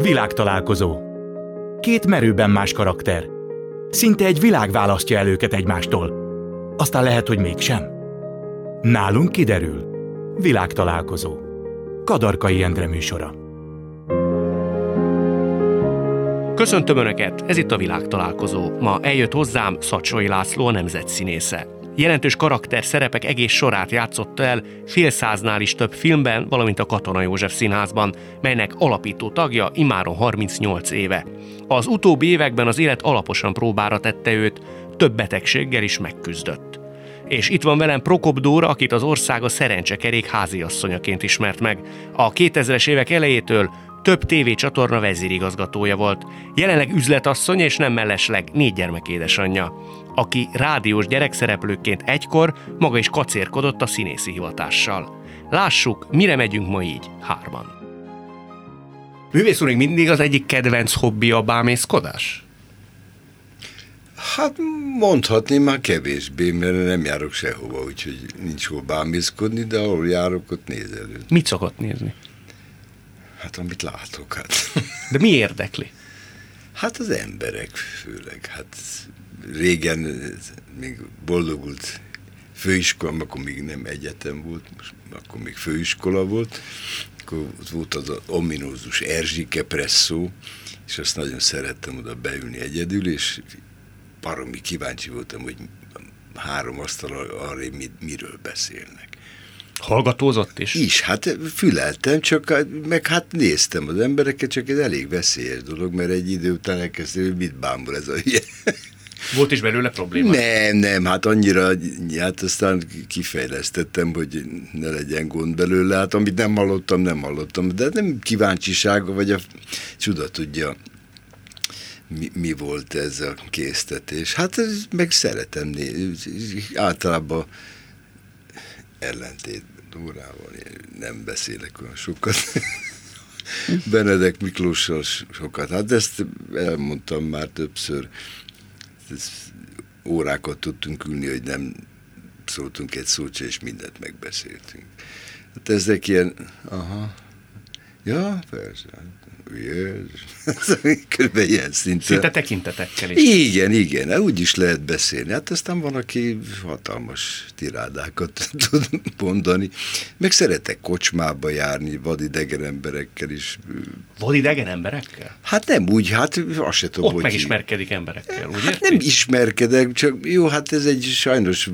Világtalálkozó. Két merőben más karakter. Szinte egy világ választja el őket egymástól. Aztán lehet, hogy mégsem. Nálunk kiderül. Világtalálkozó. Kadarkai Endre műsora. Köszöntöm Önöket, ez itt a Világtalálkozó. Ma eljött hozzám Szacsói László, a nemzetszínésze. Jelentős karakter szerepek egész sorát játszott el fél száznál is több filmben, valamint a Katona József Színházban, melynek alapító tagja immáron 38 éve. Az utóbbi években az élet alaposan próbára tette őt, több betegséggel is megküzdött. És itt van velem Prokop Dóra, akit az ország a Szerencsekerék háziasszonyaként ismert meg. A 2000-es évek elejétől több tévécsatorna vezérigazgatója volt. Jelenleg üzletasszony és nem mellesleg 4 gyermek édesanyja, aki rádiós gyerekszereplőként egykor maga is kacérkodott a színészi hivatással. Lássuk, mire megyünk ma így, 3-an. Művész úr, még mindig az egyik kedvenc hobbi a bámészkodás? Hát mondhatni már kevésbé, mert nem járok sehova, úgyhogy nincs hol bámészkodni, de ahol járok, ott nézelődni. Mit szokott nézni? Hát amit látok, hát. De mi érdekli? Hát az emberek főleg. Hát régen még boldogult főiskola, akkor még nem egyetem volt, most akkor még főiskola volt, akkor volt az ominózus Erzsike presszó, és azt nagyon szerettem oda beülni egyedül, és baromi kíváncsi voltam, hogy 3 asztal arra miről beszélnek. Hallgatózott is? Is, hát füleltem, meg hát néztem az embereket, csak ez elég veszélyes dolog, mert egy idő után elkezdtem, hogy mit bámul ez a hülye. Volt is belőle probléma? Nem, hát annyira, hát aztán kifejlesztettem, hogy ne legyen gond belőle, hát amit nem hallottam, de nem kíváncsisága, vagy a csuda tudja, mi volt ez a késztetés. Hát meg szeretem nézni, általában ellentét Dórával, nem beszélek olyan sokat. Benedek Miklóssal sokat. Hát ezt elmondtam már többször. Órákat tudtunk ülni, hogy nem szóltunk egy szót se, és mindent megbeszéltünk. Hát ezek ilyen, ja, persze, körülbelül ilyen szinten. Szinte tekintetekkel is. Igen, úgy is lehet beszélni. Hát aztán van, aki hatalmas tirádákat tud mondani. Meg szeretek kocsmába járni, vadidegen emberekkel is. Vadidegen emberekkel? Hát nem úgy, hát azt se tudom, ott hogy megismerkedik emberekkel, úgy hát nem ismerkedek, csak jó, hát ez egy sajnos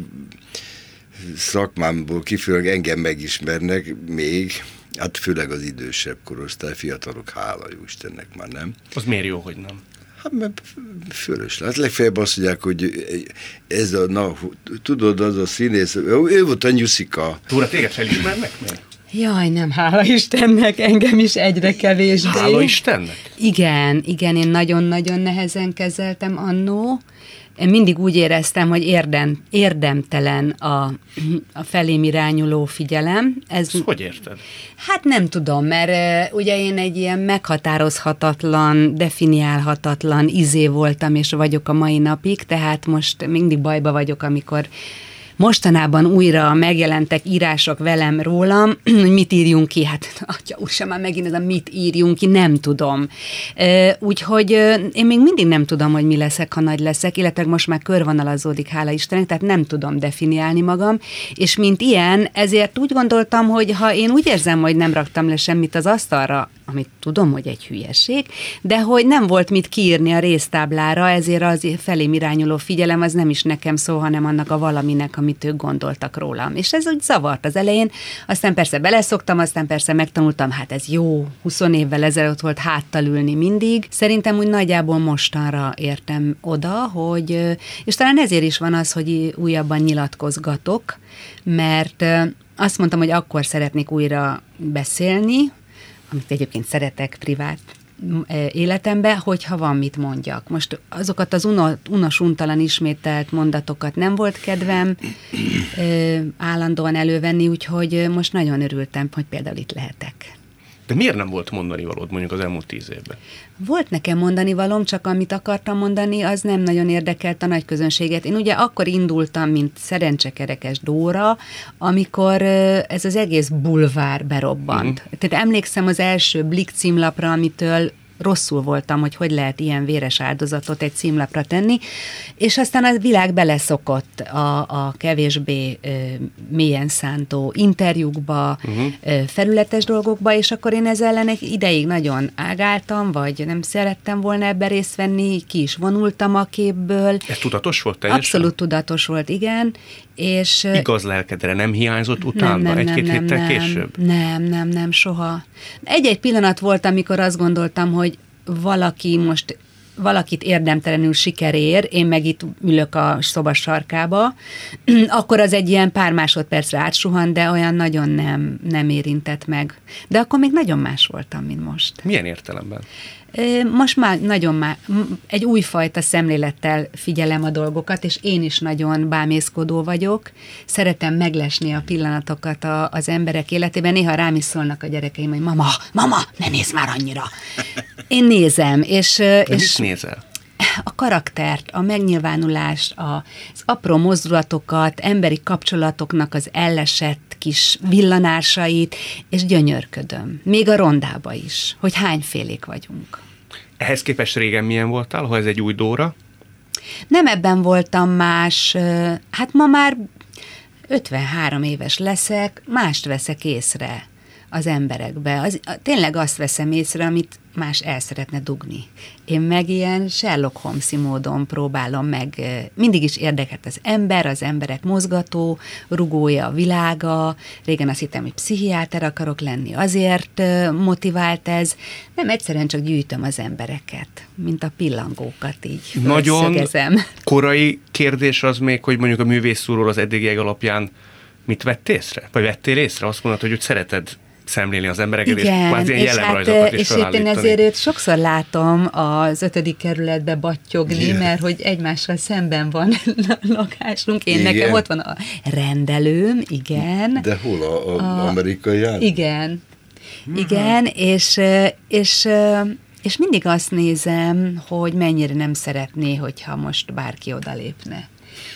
szakmámból kifőleg engem megismernek még. Hát főleg az idősebb korosztály, fiatalok, hála jó Istennek már nem. Az miért jó, hogy nem? Hát mert fölös. Hát legfeljebb azt mondják, hogy ez a, tudod, az a színész, ő volt a Nyuszika. Dóra, téged felismernek még? Jaj, nem, hála Istennek, engem is egyre kevésbé. Hála Istennek? Igen, én nagyon-nagyon nehezen kezeltem annó. Én mindig úgy éreztem, hogy érdemtelen a felém irányuló figyelem. Ezt hogy érted? Hát nem tudom, mert ugye én egy ilyen meghatározhatatlan, definiálhatatlan izé voltam, és vagyok a mai napig, tehát most mindig bajba vagyok, amikor mostanában újra megjelentek írások velem rólam, hogy mit írjunk ki, hát atya úristen, már megint ez a mit írjunk ki, nem tudom. Úgyhogy én még mindig nem tudom, hogy mi leszek, ha nagy leszek, illetve most már körvonalazódik, hála Istennek, tehát nem tudom definiálni magam, és mint ilyen, ezért úgy gondoltam, hogy ha én úgy érzem, hogy nem raktam le semmit az asztalra, amit tudom, hogy egy hülyeség, de hogy nem volt mit kiírni a résztáblára, ezért az felém irányuló figyelem az nem is nekem szól, hanem annak a valaminek, amit ők gondoltak rólam. És ez úgy zavart az elején, aztán persze beleszoktam, aztán persze megtanultam, hát ez jó, 20 évvel ezelőtt volt háttal ülni mindig. Szerintem úgy nagyjából mostanra értem oda, hogy, és talán ezért is van az, hogy újabban nyilatkozgatok, mert azt mondtam, hogy akkor szeretnék újra beszélni, amit egyébként szeretek privát életembe, hogyha van mit mondjak. Most azokat az unosuntalan ismételt mondatokat nem volt kedvem állandóan elővenni, úgyhogy most nagyon örültem, hogy például itt lehetek. De miért nem volt mondani valód mondjuk az elmúlt 10 évben? Volt nekem mondani valóm, csak amit akartam mondani, az nem nagyon érdekelt a nagy közönséget. Én ugye akkor indultam, mint szerencsekerekes Dóra, amikor ez az egész bulvár berobbant. Tehát emlékszem az első Blick címlapra, amitől rosszul voltam, hogy lehet ilyen véres áldozatot egy címlapra tenni, és aztán a világ beleszokott a kevésbé mélyen szántó interjúkba, felületes dolgokba, és akkor én ezzel ellen egy ideig nagyon ágáltam, vagy nem szerettem volna ebbe részt venni, ki is vonultam a képből. Ez tudatos volt teljesen? Abszolút tudatos volt, igen. És igaz lelkedre nem hiányzott utána, egy-két héttel később? Nem, soha. Egy-egy pillanat volt, amikor azt gondoltam, hogy valakit érdemtelenül siker ér, én meg itt ülök a szoba sarkába, akkor az egy ilyen pár másodpercre átsuhan, de olyan nagyon nem érintett meg. De akkor még nagyon más voltam, mint most. Milyen értelemben? Most már egy újfajta szemlélettel figyelem a dolgokat, és én is nagyon bámészkodó vagyok. Szeretem meglesni a pillanatokat az emberek életében. Néha rám is szólnak a gyerekeim, hogy mama, ne nézz már annyira. Én nézem. És mit nézel? A karaktert, a megnyilvánulást, az apró mozdulatokat, emberi kapcsolatoknak az ellesett kis villanásait, és gyönyörködöm. Még a rondába is, hogy hányfélék vagyunk. Ehhez képest régen milyen voltál, ha ez egy új Dóra? Nem ebben voltam más, hát ma már 53 éves leszek, mást veszek észre az emberekbe. Tényleg azt veszem észre, amit más el szeretne dugni. Én meg ilyen Sherlock Holmes-i módon próbálom meg, mindig is érdekelt az ember, az emberek mozgató, rugója a világa. Régen azt hittem, hogy pszichiáter akarok lenni, azért motivált ez. Nem, egyszerűen csak gyűjtöm az embereket, mint a pillangókat így. Nagyon korai kérdés az még, hogy mondjuk a művészúról az eddigiek alapján mit vettél észre? Vagy vettél észre? Azt mondod, hogy szemlélni az embereket, igen, és kvázi ilyen jellemrajzokat is felállítani. És én ezért sokszor látom az 5. kerületbe battyogni, igen, mert hogy egymással szemben van lakásunk. Nekem ott van a rendelőm, igen. De hol? Az amerikai jár? Igen. Igen, és mindig azt nézem, hogy mennyire nem szeretné, hogyha most bárki odalépne.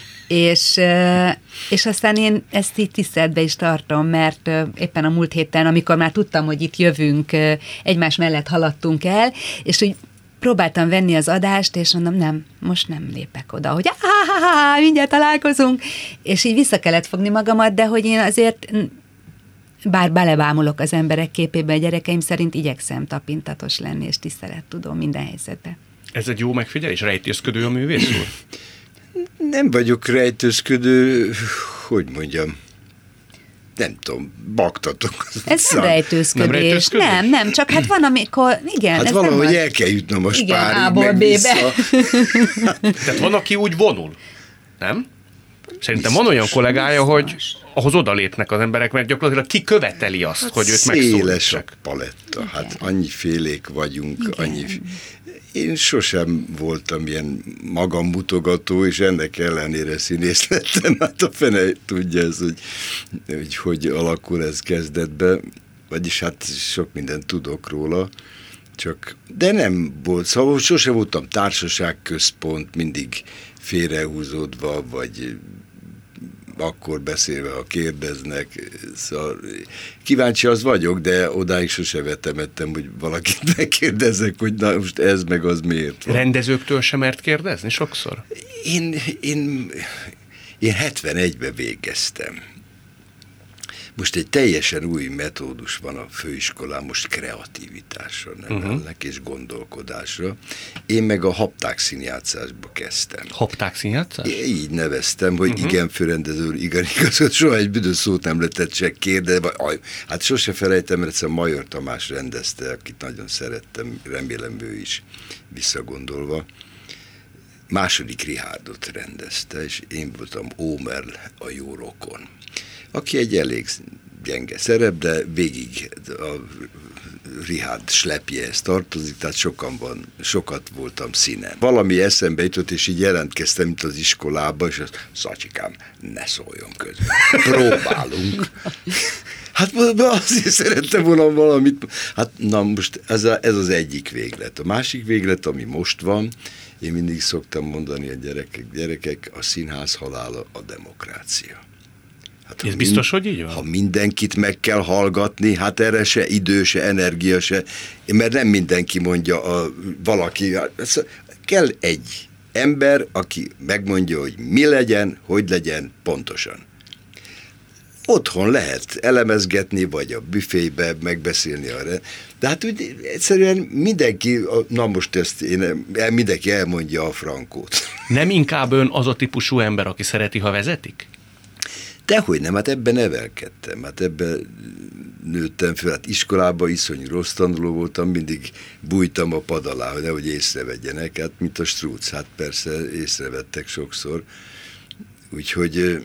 És aztán én ezt így tiszteletbe is tartom, mert éppen a múlt héten, amikor már tudtam, hogy itt jövünk, egymás mellett haladtunk el, és úgy próbáltam venni az adást, és mondom, nem, most nem lépek oda, hogy mindjárt találkozunk, és így vissza kellett fogni magamat, de hogy én azért, bár belebámulok az emberek képébe, a gyerekeim szerint igyekszem tapintatos lenni, és tisztelettudó minden helyzetben. Ez egy jó megfigyelés? Rejtőzködő a művész úr? Nem vagyok rejtőzködő, hogy mondjam, nem tudom, baktatok. Ez nem rejtőzködés. Nem, csak hát van, amikor, igen. Hát valahogy el kell jutnom a Spárig, meg vissza. Tehát van, aki úgy vonul, nem? Szerintem van olyan kollégája, hogy ahhoz odalépnek az emberek, mert gyakorlatilag ki követeli azt, hát hogy őt megszólítsak. Széles a paletta, hát annyi félék vagyunk, annyi... Én sosem voltam ilyen magammutogató, és ennek ellenére színész lettem. Hát a fene tudja ez, hogy alakul ez kezdetben. Vagyis hát sok mindent tudok róla. De nem volt, szóval sosem voltam társaságközpont, mindig félrehúzódva, vagy akkor beszélve, ha kérdeznek. Szóval kíváncsi az vagyok, de odáig sose vetemettem, hogy valakit megkérdezek, hogy na most ez meg az miért van. Rendezőktől sem mert kérdezni sokszor? Én 71-ben végeztem. Most egy teljesen új metódus van a főiskolán, most kreativitásra nevelnek, és gondolkodásra. Én meg a hapták színjátszásba kezdtem. Hapták színjátszás? Így neveztem, hogy igen, főrendező, igen, igaz, soha egy büdös szót nem lehetett se kérdezni. Hát sose felejtem, mert egyszer Major Tamás rendezte, akit nagyon szerettem, remélem ő is visszagondolva. Második Richardot rendezte, és én voltam Ómerl, a jó rokon, aki egy elég gyenge szerep, de végig a Richard slepjehez tartozik, tehát sokat voltam színen. Valami eszembe jutott, és így jelentkeztem, mint az iskolába, és azt, Szacsikám, ne szóljon közben. Próbálunk. Hát azért szerettem volna valamit. Hát na most ez az egyik véglet. A másik véglet, ami most van, én mindig szoktam mondani a gyerekek, a színház halála a demokrácia. Hát, ez biztos, hogy így van? Ha mindenkit meg kell hallgatni, hát erre se idő, se energia, se, mert nem mindenki mondja valaki. Kell egy ember, aki megmondja, hogy mi legyen, hogy legyen pontosan. Otthon lehet elemezgetni, vagy a büfébe megbeszélni arra. De hát úgy egyszerűen mindenki, na most ezt mindenki elmondja a frankót. Nem inkább ön az a típusú ember, aki szereti, ha vezetik? Dehogy nem, hát ebben nevelkedtem, hát ebben nőttem fel, hát iskolában iszonyú rossz tanuló voltam, mindig bújtam a pad alá, hogy nehogy észrevegyenek, hát mint a strúc, hát persze észrevettek sokszor, úgyhogy...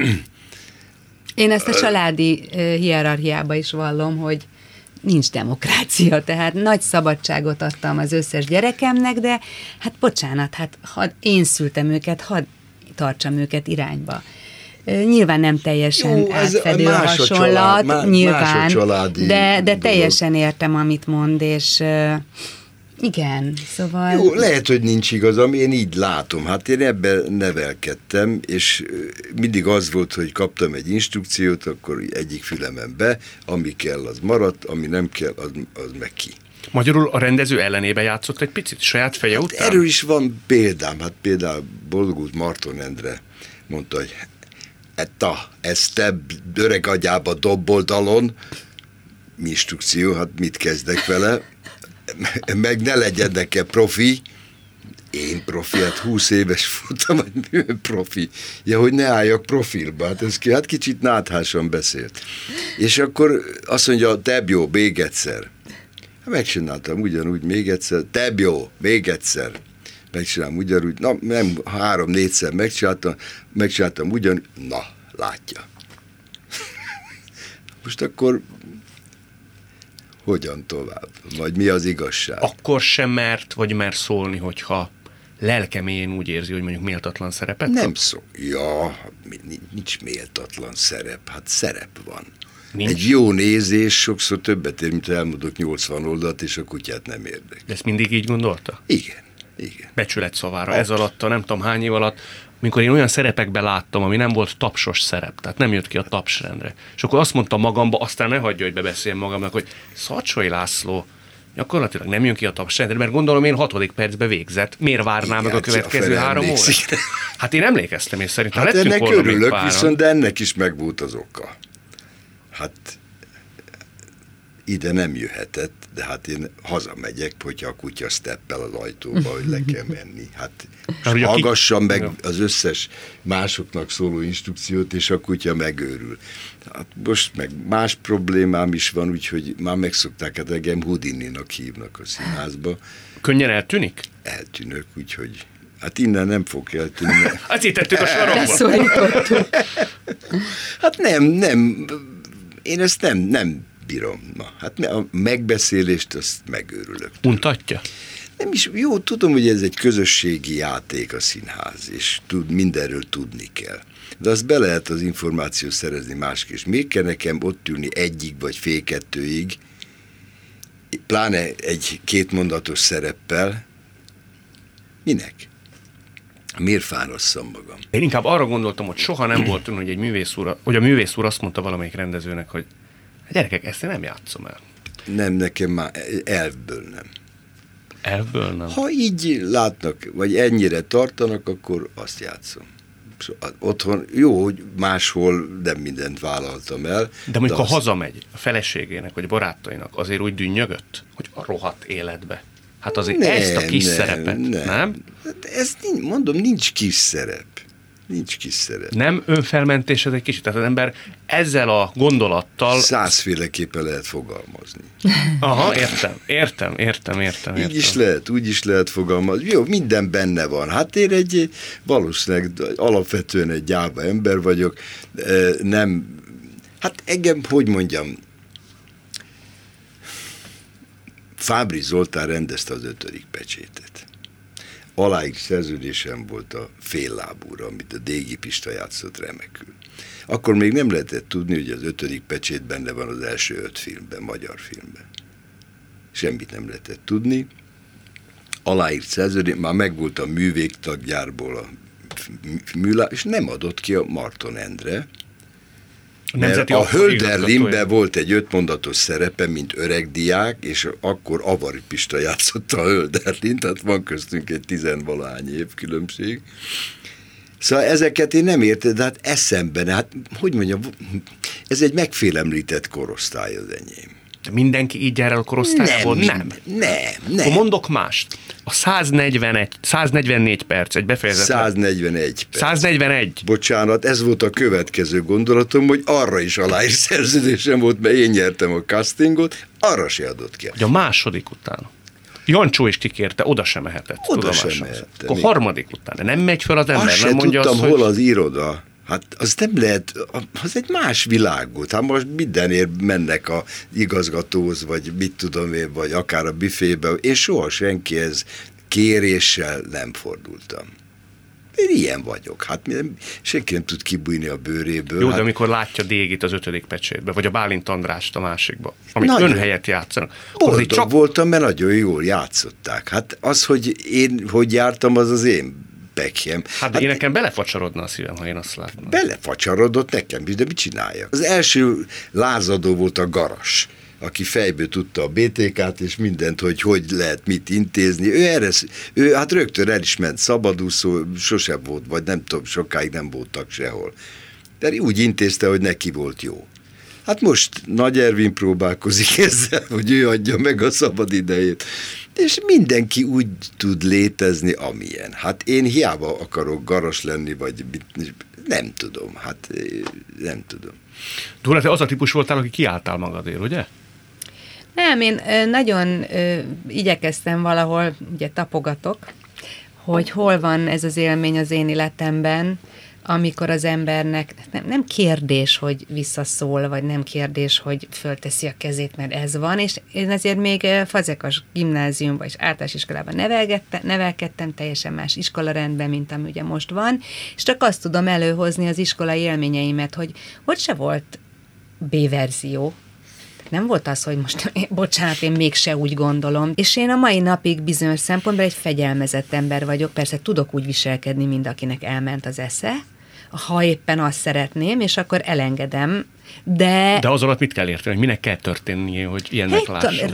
Én ezt a családi hierarchiába is vallom, hogy nincs demokrácia, tehát nagy szabadságot adtam az összes gyerekemnek, de hát bocsánat, hát én szültem őket, hadd tartsam őket irányba. Nyilván nem teljesen átfedő a hasonlat, nyilván, de teljesen értem, amit mond, és igen, szóval... Jó, lehet, hogy nincs igazam, én így látom, hát én ebben nevelkedtem, és mindig az volt, hogy kaptam egy instrukciót, akkor egyik fülemen be, ami kell, az maradt, ami nem kell, az meg ki. Magyarul a rendező ellenébe játszott egy picit saját feje hát után? Erről is van példám, hát például Boldogult Marton Endre mondta, hogy ez te öreg agyába dobboldalon, instrukció, hát mit kezdek vele, meg ne legyen nekem profi, én profi, hát 20 éves voltam, hogy profi. Ja, hogy ne álljak profilba, hát kicsit náthásan beszélt. És akkor azt mondja, Tebjó, még egyszer. Megcsináltam ugyanúgy még egyszer, Tebjó, még egyszer. Megcsináltam ugyanúgy, na nem 3-4-szer megcsináltam ugyanúgy, na, látja. Most akkor hogyan tovább? Vagy mi az igazság? Akkor sem mert, vagy mer szólni, hogyha lelkeméjén úgy érzi, hogy mondjuk méltatlan szerepet nem szó. Ja, nincs méltatlan szerep. Hát szerep van. Nincs. Egy jó nézés sokszor többet ér, mint elmondok 80 oldalt, és a kutyát nem érdek. De ezt mindig így gondolta? Igen. Becsület szavára. Ez alatt, nem tudom hány év alatt, amikor én olyan szerepekben láttam, ami nem volt tapsos szerep, tehát nem jött ki a tapsrendre. És akkor azt mondtam magamba, aztán ne hagyja, hogy bebeszéljem magamnak, hogy Szacsoi László gyakorlatilag nem jön ki a tapsrendre, mert gondolom én 6. percben végzett. Miért várná meg a következő 3 órát? Hát én emlékeztem, és szerintem hát lettünk volna még páran. Viszont de ennek is megvolt az oka. Hát ide nem jöhetett, de hát én hazamegyek, hogyha a kutya steppel az ajtóba, hogy le kell menni. Hát hallgassam meg az összes másoknak szóló instrukciót, és a kutya megőrül. Hát most meg más problémám is van, úgyhogy már megszokták, hát engem Houdininak hívnak a színházba. Könnyen eltűnik? Eltűnök, úgyhogy hát innen nem fog eltűnni. Hát itt tettük a sarokba. Hát nem, én ezt nem bírom. Na, hát a megbeszélést, azt megőrülök. Untatja? Nem is, jó, tudom, hogy ez egy közösségi játék a színház, és mindenről tudni kell. De azt be lehet az információt szerezni másik, és még kell nekem ott ülni 1-ig vagy fél 2-ig, pláne egy 2 mondatos szereppel. Minek? Miért fárasszam magam? Én inkább arra gondoltam, hogy soha nem volt hogy egy művész úr, hogy a művész úr azt mondta valamelyik rendezőnek, hogy gyerekek, ezt én nem játszom el. Nem, nekem már elvből nem. Elvből nem? Ha így látnak, vagy ennyire tartanak, akkor azt játszom. Otthon jó, hogy máshol nem mindent vállaltam el. De mondjuk, ha hazamegy a feleségének, vagy barátainak, azért úgy dünnyögött, hogy a rohadt életbe. Hát azért ezt a kis szerepet, nem? Ez mondom, nincs kis szerep. Nincs kis szerep. Nem önfelmentés ez egy kicsit? Tehát az ember ezzel a gondolattal... 100-féleképpen lehet fogalmazni. Aha, értem. Így is lehet, úgy is lehet fogalmazni. Jó, minden benne van. Hát én valószínűleg alapvetően egy gyáva ember vagyok. Nem... Hát engem, hogy mondjam, Fábry Zoltán rendezte az 5. pecsétet. Aláig szerződésem volt a Féllábúra, amit a Dégi Pista játszott remekül. Akkor még nem lehetett tudni, hogy az 5. pecsét benne van az első 5 filmben, magyar filmben. Semmit nem lehetett tudni. Aláírt szerződés, már megvolt a művégtaggyárból a műlá, és nem adott ki a Marton Endre, Mert a Hölderlinben volt egy 5 mondatos szerepe, mint öreg diák, és akkor Avari Pista játszotta a Hölderlin, tehát van köztünk egy 10-valahány év különbség. Szóval ezeket én nem értem, de hát eszemben, hát hogy mondjam, ez egy megfélemlített korosztály az enyém. Mindenki így jár el a korosztályából? Nem. Akkor mondok mást. A 144 perc, egy befejezett. 141 perc. 141. Bocsánat, ez volt a következő gondolatom, hogy arra is aláír szerződésem volt, mert én nyertem a castingot, arra se adott ki. A második után. Jancsó is kikérte, oda sem mehetett. Oda sem mehetett. Akkor harmadik után. De nem megy fel az ember, azt nem mondja tudtam, azt, hol az iroda. Hát az nem lehet, az egy más világ volt. Hát most mindenért mennek a igazgatóhoz, vagy mit tudom én, vagy akár a büfébe. Én soha senkihez kéréssel nem fordultam. Én ilyen vagyok. Hát senki nem tud kibújni a bőréből. Jó, hát... de amikor látja Dégit az 5. pecsétbe, vagy a Bálint Andrást a másikba, amit önhelyett játszanak. Boldog voltam, mert nagyon jól játszották. Hát az, hogy én hogy jártam, az az én Beckham. Hát én nekem belefacsarodna a szívem, ha én azt látnám. Belefacsarodott nekem is, de mit csináljak? Az első lázadó volt a Garas, aki fejből tudta a BTK-t, és mindent, hogy lehet mit intézni. Ő hát rögtön el is ment szabadúszó, sosem volt, vagy nem tudom, sokáig nem voltak sehol. De úgy intézte, hogy neki volt jó. Hát most Nagy Ervin próbálkozik ezzel, hogy ő adja meg a szabad idejét. És mindenki úgy tud létezni, amilyen. Hát én hiába akarok Garas lenni, vagy nem tudom, nem tudom. Dóra, te az a típus voltál, aki kiálltál magadért, ugye? Nem, én nagyon igyekeztem valahol, ugye tapogatok, hogy hol van ez az élmény az én életemben, amikor az embernek nem kérdés, hogy visszaszól, vagy nem kérdés, hogy fölteszi a kezét, mert ez van, és én ezért még Fazekas gimnáziumban és általános iskolában nevelkedtem, teljesen más iskolarendben, mint ami ugye most van, és csak azt tudom előhozni az iskolai élményeimet, hogy ott se volt B-verzió. Nem volt az, hogy most, bocsánat, én mégse úgy gondolom. És én a mai napig bizonyos szempontból egy fegyelmezett ember vagyok. Persze tudok úgy viselkedni, mint akinek elment az esze, ha éppen azt szeretném, és akkor elengedem, de... De az alatt mit kell érteni, hogy minek kell történnie, hogy ilyennek lásson?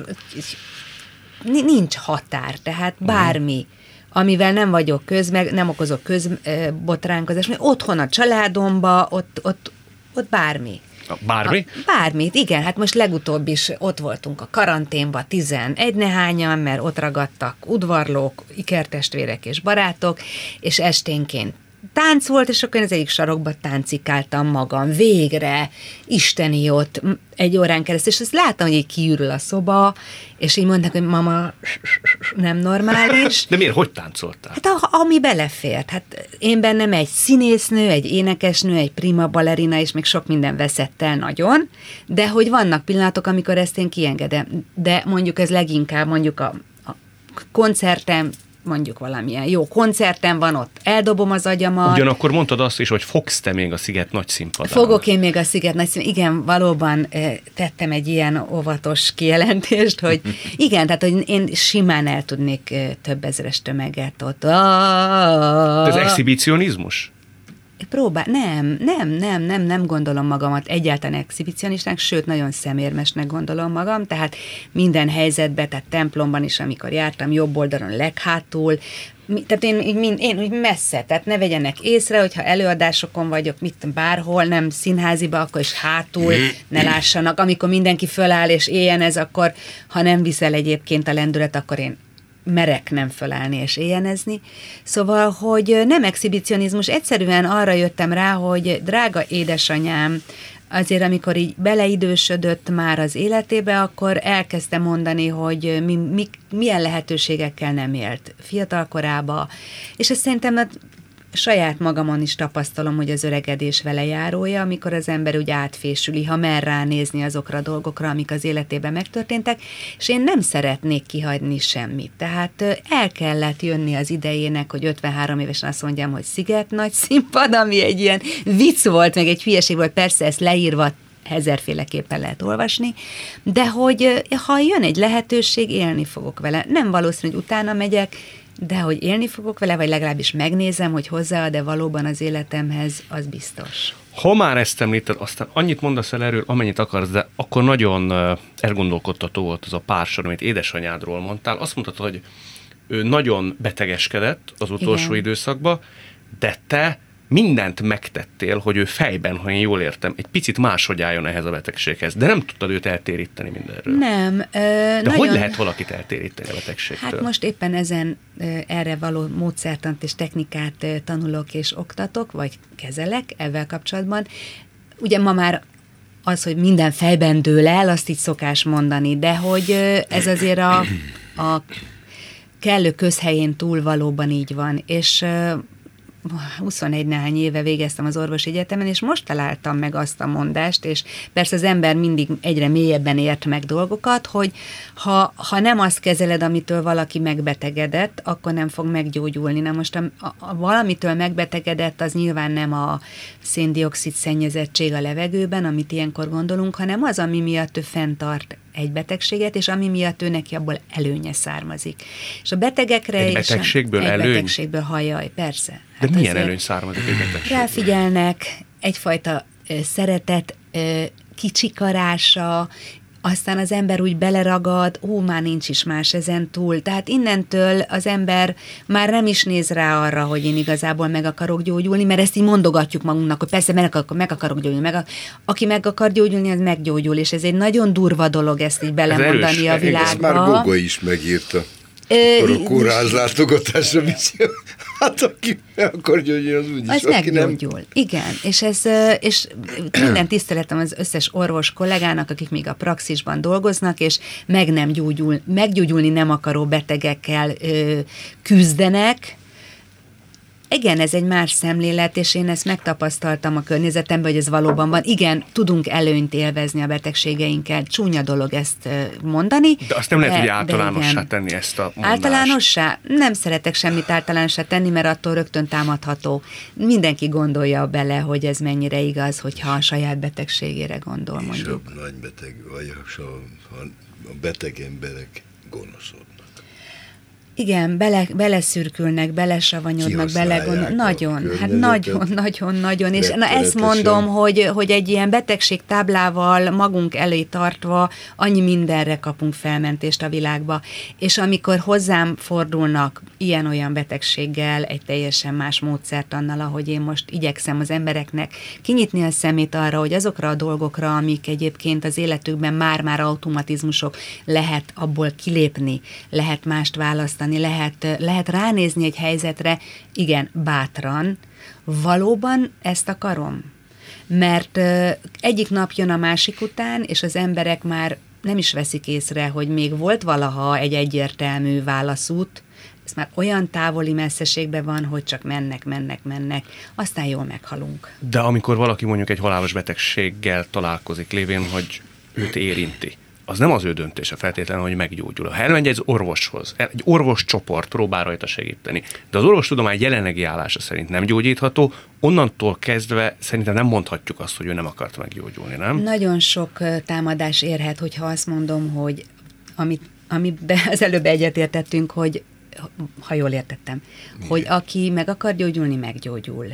Nincs határ, tehát bármi, amivel nem vagyok nem okozok közbotránkozást, mert otthon a családomba, ott bármi. Bármi? Bármit, igen. Hát most legutóbb is ott voltunk a karanténba 11 nehányan, mert ott ragadtak udvarlók, ikertestvérek és barátok, és esténként tánc volt, és akkor én az egyik sarokba táncikáltam magam. Végre, isteni ott egy órán keresztül, és azt láttam, hogy így kiürül a szoba, és így mondták, hogy mama, nem normális. De miért? Hogy táncoltál? Hát ami belefért. Hát én bennem egy színésznő, egy énekesnő, egy prima ballerina, és még sok minden veszett el nagyon, de hogy vannak pillanatok, amikor ezt én kiengedem. De mondjuk ez leginkább mondjuk a koncertem, mondjuk valamilyen jó koncerten van, ott eldobom az agyamat. Ugyanakkor mondtad azt is, hogy fogsz te még a Sziget nagy színpadán. Fogok én még a Sziget nagy színpadán. Igen, valóban tettem egy ilyen óvatos kijelentést, hogy igen, tehát hogy én simán el tudnék több ezeres tömeget ott. Ez exhibicionizmus? Nem gondolom magamat egyáltalán exhibicionistának, sőt, nagyon szemérmesnek gondolom magam, tehát minden helyzetben, tehát templomban is, amikor jártam, jobb oldalon, leghátul, tehát én úgy messze, tehát ne vegyenek észre, hogyha előadásokon vagyok, bárhol, nem színháziba, akkor is hátul ne lássanak, amikor mindenki föláll és éljen ez, akkor ha nem viszel egyébként a lendület, akkor én merek nem fölállni és éjjenezni. Szóval, hogy nem exhibicionizmus, egyszerűen arra jöttem rá, hogy drága édesanyám, azért amikor így beleidősödött már az életébe, akkor elkezdte mondani, hogy milyen lehetőségekkel nem élt fiatalkorába, és ezt szerintem saját magamon is tapasztalom, hogy az öregedés vele járója, amikor az ember úgy átfésüli, ha mer ránézni azokra a dolgokra, amik az életében megtörténtek, és én nem szeretnék kihagyni semmit. Tehát el kellett jönni az idejének, hogy 53 évesen azt mondjam, hogy Sziget nagy színpad, ami egy ilyen vicc volt, meg egy hülyeség volt, persze ezt leírva ezerféleképpen lehet olvasni, de hogy ha jön egy lehetőség, élni fogok vele. Nem valószínű, hogy utána megyek, de hogy élni fogok vele, vagy legalábbis megnézem, hogy hozzáad-e valóban az életemhez, az biztos. Ha már ezt említed, aztán annyit mondasz el erről, amennyit akarsz, de akkor nagyon elgondolkodtató volt az a pársor, amit édesanyádról mondtál. Azt mondtad, hogy ő nagyon betegeskedett az utolsó időszakban, de te mindent megtettél, hogy ő fejben, ha én jól értem, egy picit máshogy álljon ehhez a betegséghez, de nem tudtad őt eltéríteni mindenről. Nem. De nagyon... hogy lehet valakit eltéríteni a betegségtől? Hát most éppen ezen erre való módszertant és technikát tanulok és oktatok, vagy kezelek ezzel kapcsolatban. Ugye ma már az, hogy minden fejben dől el, azt így szokás mondani, de hogy ez azért a kellő közhelyén túl valóban így van, és 21 néhány éve végeztem az orvosi egyetemen, és most találtam meg azt a mondást, és persze az ember mindig egyre mélyebben ért meg dolgokat, hogy ha nem azt kezeled, amitől valaki megbetegedett, akkor nem fog meggyógyulni. Na most a valamitől megbetegedett, az nyilván nem a szén-dioxid szennyezettség a levegőben, amit ilyenkor gondolunk, hanem az, ami miatt ő fenntart egy betegséget, és ami miatt ő neki abból előnye származik. És a betegekre egy betegségből egy előny? betegségből, hajjaj, persze. De milyen előny származik egy betegségből? Ráfigyelnek, egyfajta szeretet kicsikarása, aztán az ember úgy beleragad, már nincs is más ezen túl. Tehát innentől az ember már nem is néz rá arra, hogy én igazából meg akarok gyógyulni, mert ezt így mondogatjuk magunknak, hogy persze meg akarok gyógyulni. Aki meg akar gyógyulni, az meggyógyul, és ez egy nagyon durva dolog ezt így belemondani a világba. Ezt már Gogo is megírta. Akkor a kórházlátogatásra viszi. Hát aki meg akar gyógyulni, az úgyis. Az meggyógyul. Nem... Igen, és minden tiszteletem az összes orvos kollégának, akik még a praxisban dolgoznak, és meggyógyulni nem akaró betegekkel küzdenek. Igen, ez egy más szemlélet, és én ezt megtapasztaltam a környezetemben, hogy ez valóban van. Igen, tudunk előnyt élvezni a betegségeinkkel. Csúnya dolog ezt mondani. De azt nem lehet, hogy általánossá tenni ezt a mondást. Általánossá? Nem szeretek semmit általánossá tenni, mert attól rögtön támadható. Mindenki gondolja bele, hogy ez mennyire igaz, hogyha a saját betegségére gondol, mondjuk. És a nagy beteg, vagy a beteg emberek gonoszodnak. Igen, beleszürkülnek, belesavanyodnak, nagyon. És ezt mondom, hogy egy ilyen betegség táblával magunk elé tartva annyi mindenre kapunk felmentést a világba. És amikor hozzám fordulnak ilyen-olyan betegséggel, egy teljesen más módszertannal, ahogy én most igyekszem az embereknek kinyitni a szemét arra, hogy azokra a dolgokra, amik egyébként az életükben már automatizmusok, lehet abból kilépni, lehet mást választani, lehet ránézni egy helyzetre, igen, bátran, valóban ezt akarom. Mert egyik nap jön a másik után, és az emberek már nem is veszik észre, hogy még volt valaha egy egyértelmű válaszút, ez már olyan távoli messzeségben van, hogy csak mennek, aztán jól meghalunk. De amikor valaki mondjuk egy halálos betegséggel találkozik, lévén, hogy őt érinti, az nem az ő döntése feltétlenül, hogy meggyógyul. Ha elmegy egy orvoshoz, egy orvoscsoport próbál rajta segíteni, de az orvostudomány jelenlegi állása szerint nem gyógyítható, onnantól kezdve szerintem nem mondhatjuk azt, hogy ő nem akart meggyógyulni, nem? Nagyon sok támadás érhet, hogyha azt mondom, hogy amiben az előbb egyetértettünk, hogy ha jól értettem, hogy aki meg akar gyógyulni, meggyógyul.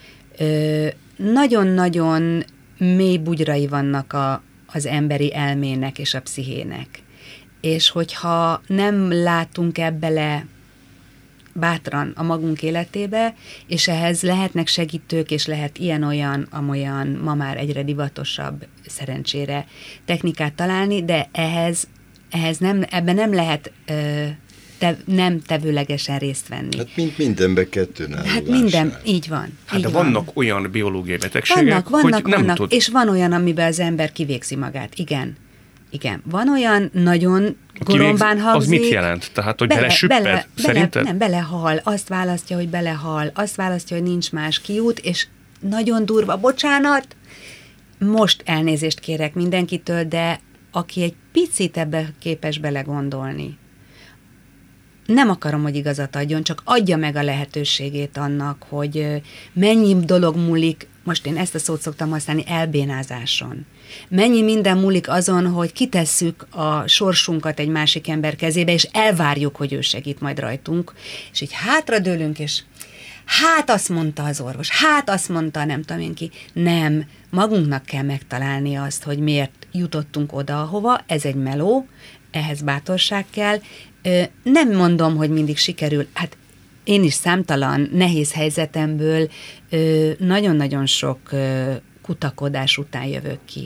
Nagyon-nagyon mély bugyrai vannak az emberi elmének és a pszichének. És hogyha nem látunk ebbele bátran a magunk életébe, és ehhez lehetnek segítők, és lehet ilyen-olyan, amolyan, ma már egyre divatosabb, szerencsére technikát találni, de ebben nem lehet nem tevőlegesen részt venni. Hát mindenben kettőn áll. Hát minden, így van. Hát de vannak olyan biológiai betegségek, hogy nem tud. És van olyan, amiben az ember kivégzi magát. Igen. Van olyan nagyon gorombán hangzik. Az mit jelent? Tehát, hogy belesüpped? Szerinted? Nem, belehal. Azt választja, hogy belehal. Azt választja, hogy nincs más kiút, és nagyon durva. Bocsánat, most elnézést kérek mindenkitől, de aki egy picit ebbe képes belegondolni, nem akarom, hogy igazat adjon, csak adja meg a lehetőségét annak, hogy mennyi dolog múlik, most én ezt a szót szoktam használni, elbénázáson. Mennyi minden múlik azon, hogy kitesszük a sorsunkat egy másik ember kezébe, és elvárjuk, hogy ő segít majd rajtunk, és így hátradőlünk, és hát azt mondta az orvos, hát azt mondta nem tudom én ki. Nem, magunknak kell megtalálni azt, hogy miért jutottunk oda, ahova, ez egy meló, ehhez bátorság kell. Nem mondom, hogy mindig sikerül, hát én is számtalan nehéz helyzetemből nagyon-nagyon sok kutakodás után jövök ki.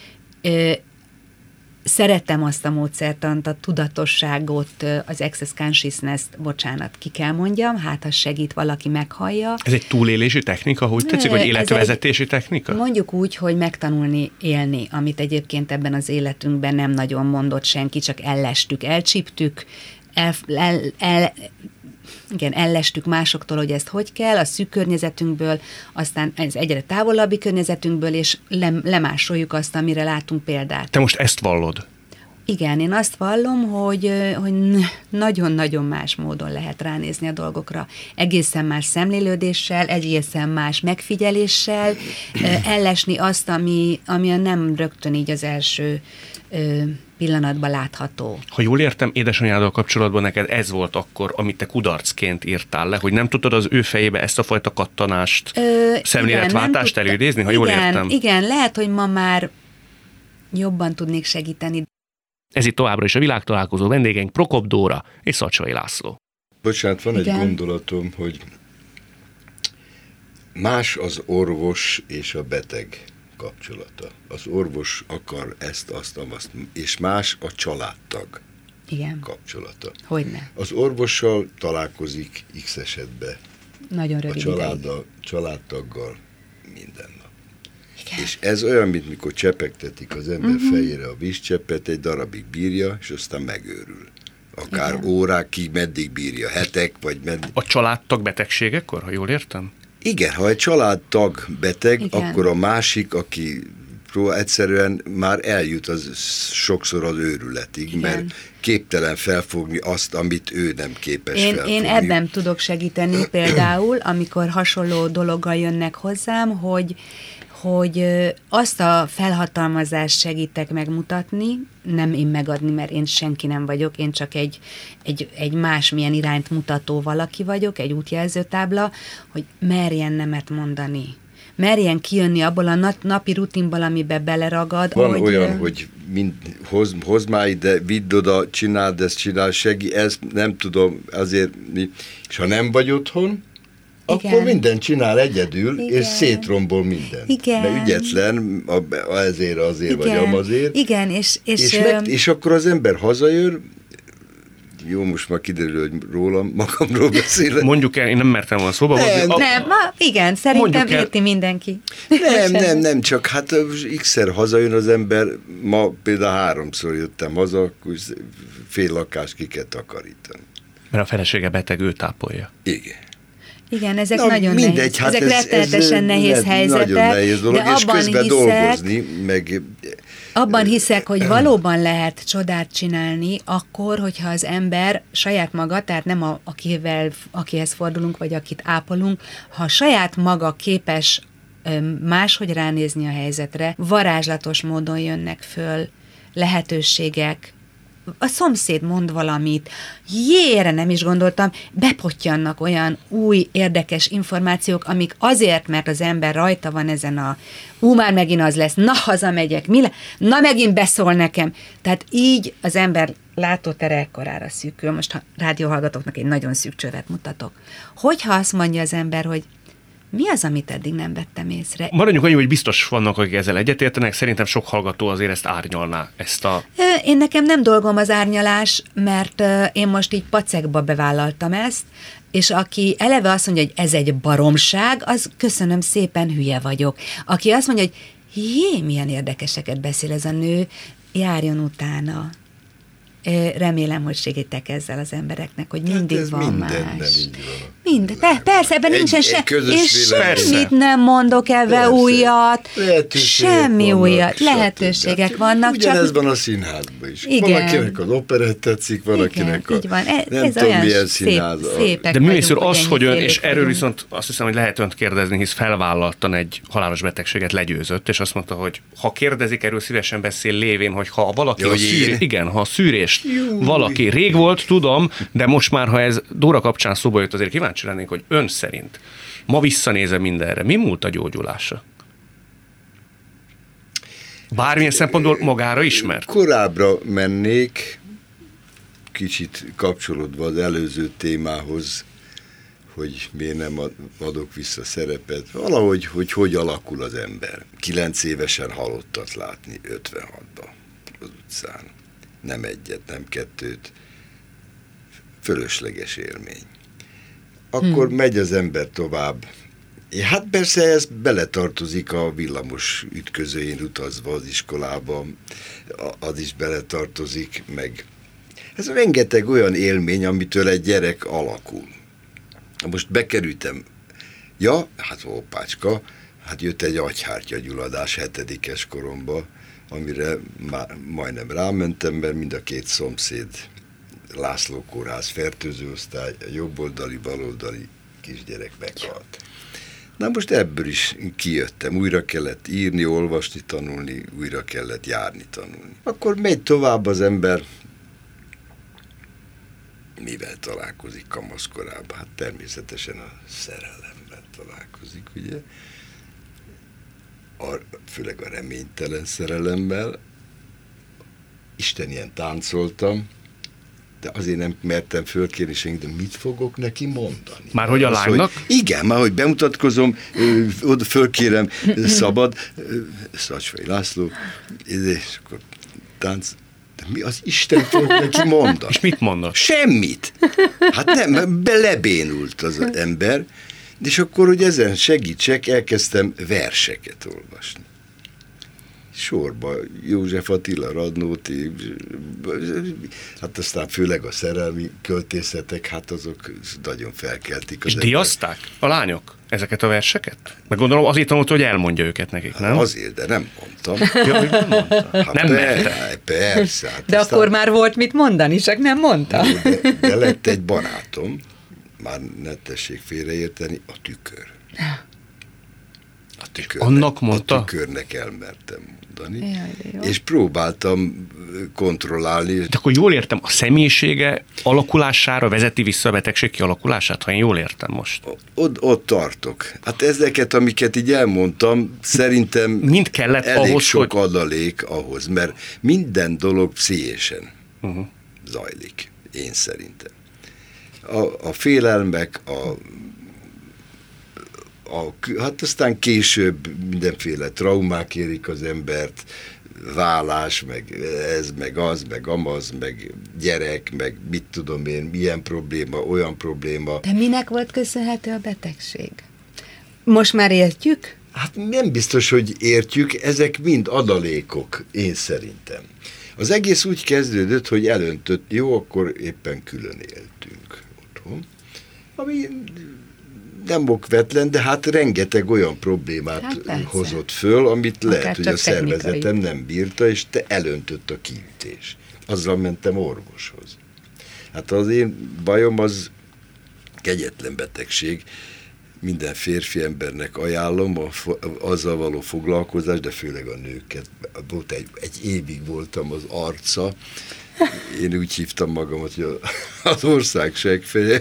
Szerettem azt a módszertant, a tudatosságot, az access consciousness-t, bocsánat, ki kell mondjam, hát ha segít, valaki meghallja. Ez egy túlélési technika, hogy tetszik, hogy életvezetési technika? Mondjuk úgy, hogy megtanulni élni, amit egyébként ebben az életünkben nem nagyon mondott senki, csak ellestük, elcsíptük, ellestük másoktól, hogy ezt hogy kell, a szűk környezetünkből, aztán ez egyre távolabbi környezetünkből, és lemásoljuk azt, amire látunk példát. Te most ezt vallod? Igen, én azt vallom, hogy nagyon-nagyon más módon lehet ránézni a dolgokra. Egészen más szemlélődéssel, egészen más megfigyeléssel, ellesni azt, ami nem rögtön így az első pillanatban látható. Ha jól értem, édesanyáddal kapcsolatban neked ez volt akkor, amit te kudarcként írtál le, hogy nem tudtad az ő fejébe ezt a fajta kattanást, szemléletváltást előidézni, ha jól értem? Igen, lehet, hogy ma már jobban tudnék segíteni. Ez itt továbbra is a Világtalálkozó, vendégeink Prokop Dóra és Szacsai László. Bocsánat, van egy gondolatom, hogy más az orvos és a beteg kapcsolata. Az orvos akar ezt, azt, és más a családtag kapcsolata. Hogyne. Az orvossal találkozik X esetben. Nagyon rövid a családtaggal minden nap. Igen. És ez olyan, mint mikor csepegtetik az ember fejére a vízcseppet, egy darabig bírja, és aztán megőrül. Akár órákig, meddig bírja, hetek, vagy meddig. A családtag betegségekkor, ha jól értem? Igen, ha egy családtag beteg, akkor a másik, aki egyszerűen már eljut az sokszor az őrületig, mert képtelen felfogni azt, amit ő nem képes felfogni. Én ebben tudok segíteni például, amikor hasonló dologgal jönnek hozzám, hogy azt a felhatalmazást segítek megmutatni, nem én megadni, mert én senki nem vagyok, én csak egy másmilyen irányt mutató valaki vagyok, egy útjelzőtábla, hogy merjen nemet mondani. Merjen kijönni abból a napi rutinból, amiben beleragad. Van olyan, hogy hozd már ide, vidd oda, csináld ezt, segí, ezt nem tudom, azért, és ha nem vagy otthon, akkor mindent csinál egyedül, és szétrombol mindent. Igen. Mert ügyetlen, azért vagy amazért. Igen, és akkor az ember hazajön, jó, most már kiderül, hogy magamról beszélek. Mondjuk el, én nem mertem volna szóba hozni. Igen, szerintem érti mindenki. Nem, csak hát x-szer hazajön az ember, ma például 3-szor jöttem haza, akkor fél lakást ki kell takarítani. Mert a felesége beteg, ő tápolja. Igen, ezek nagyon nehéz. Hát ezek rettenetesen nehéz helyzetek. Nagyon nehéz dolog, de és közben dolgozni, meg... Abban hiszek, hogy valóban lehet csodát csinálni akkor, hogyha az ember saját maga, tehát nem akihez fordulunk, vagy akit ápolunk, ha saját maga képes máshogy ránézni a helyzetre, varázslatos módon jönnek föl lehetőségek. A szomszéd mond valamit, erre nem is gondoltam, bepottyannak olyan új, érdekes információk, amik azért, mert az ember rajta van ezen már megint az lesz, hazamegyek, na megint beszól nekem. Tehát így az ember látótere ekkorára szűkül, most rádióhallgatóknak egy nagyon szűk csövet mutatok. Hogyha azt mondja az ember, hogy mi az, amit eddig nem vettem észre? Maradjunk annyi, hogy biztos vannak, akik ezzel egyetértenek, szerintem sok hallgató azért ezt árnyalná, Én nekem nem dolgom az árnyalás, mert én most így pacekba bevállaltam ezt, és aki eleve azt mondja, hogy ez egy baromság, az köszönöm szépen, hülye vagyok. Aki azt mondja, hogy milyen érdekeseket beszél ez a nő, járjon utána. Remélem, hogy segítek ezzel az embereknek, hogy mindig van más. Mindennel így van. Persze, ebben nincsen és semmit nem mondok ebbe újat. Semmi újat. Lehetőségek vannak. Ugyanez van a színházban is. Igen. Valakinek az operett tetszik, valakinek a nem tudom milyen színház. De művész úr, az, hogy ön, és erről viszont azt hiszem, hogy lehet önt kérdezni, hisz felvállaltan egy halálos betegséget legyőzött, és azt mondta, hogy ha kérdezik, erről szívesen beszél lévén, hogy ha valaki ha a szűrést valaki rég volt, tudom, de most már, ha ez Dóra kapcsán szóba jött, azért kíváncsi lennénk, hogy ön szerint ma visszanézve mindenre, mi múlt a gyógyulása? Bármilyen szempontból magára ismert? Korábbra mennék, kicsit kapcsolódva az előző témához, hogy miért nem adok vissza szerepet. Valahogy, hogy alakul az ember. 9 évesen halottat látni 56-ban az utcán. Nem egyet, nem kettőt. Fölösleges élmény. Akkor megy az ember tovább. Hát persze ez beletartozik a villamos ütközőjén utazva az iskolába, az is beletartozik, meg ez rengeteg olyan élmény, amitől egy gyerek alakul. Most bekerültem, hát opácska, hát jött egy agyhártyagyulladás 7-es koromba, amire majdnem rámentem, mert mind a két szomszéd László kórház fertőzőosztály, a jobboldali, baloldali kisgyerek meghalt. Na most ebből is kijöttem, újra kellett írni, olvasni, tanulni, újra kellett járni, tanulni. Akkor megy tovább az ember, mivel találkozik kamaszkorában? Hát természetesen a szerelemmel találkozik, ugye? Főleg a reménytelen szerelemmel. Isten ilyen táncoltam, de azért nem mertem fölkérni senkit, de mit fogok neki mondani? Már hogy a lánynak? Igen, már hogy bemutatkozom, oda fölkérem, szabad, Szacsvai László, és akkor tánc, de mi az Isten fog neki mondani? És mit mondott? Semmit. Hát nem, lebénult az ember, és akkor, hogy ezen segítsek, elkezdtem verseket olvasni. Sorba József Attila, Radnóti, hát aztán főleg a szerelmi költészetek, hát azok nagyon felkeltik. És díjazták a lányok ezeket a verseket? Meg gondolom azért tanult, hogy elmondja őket nekik, nem? Azért, de nem mondtam. Ja, hogy nem mondta. Hát nem persze. Hát de aztán, akkor már volt mit mondani, csak nem mondta. De lett egy barátom, már ne tessék félreérteni, a tükör. Annak mondta? A tükörnek elmertem mondani, jaj, és próbáltam kontrollálni. De akkor jól értem, a személyisége alakulására vezeti vissza a betegség kialakulását, ha én jól értem most. Ott tartok. Hát ezeket, amiket így elmondtam, szerintem mind kellett elég ahhoz, sok adalék ahhoz, mert minden dolog pszichésen zajlik, én szerintem. A félelmek, hát aztán később mindenféle traumák érik az embert, vállás, meg ez, meg az, meg amaz, meg gyerek, meg mit tudom én, milyen probléma, olyan probléma. De minek volt köszönhető a betegség? Most már értjük? Hát nem biztos, hogy értjük, ezek mind adalékok, én szerintem. Az egész úgy kezdődött, hogy elöntött, jó, akkor éppen külön éltünk otthon, ami nem okvetlen, de hát rengeteg olyan problémát hozott föl, amit akár lehet, hogy a szervezetem nem bírta, és elöntött a kiütés. Azzal mentem orvoshoz. Hát az én bajom az kegyetlen betegség. Minden férfi embernek ajánlom azzal való foglalkozás, de főleg a nőket. Volt egy évig voltam az arca. Én úgy hívtam magamat, hogy az ország seggfeje.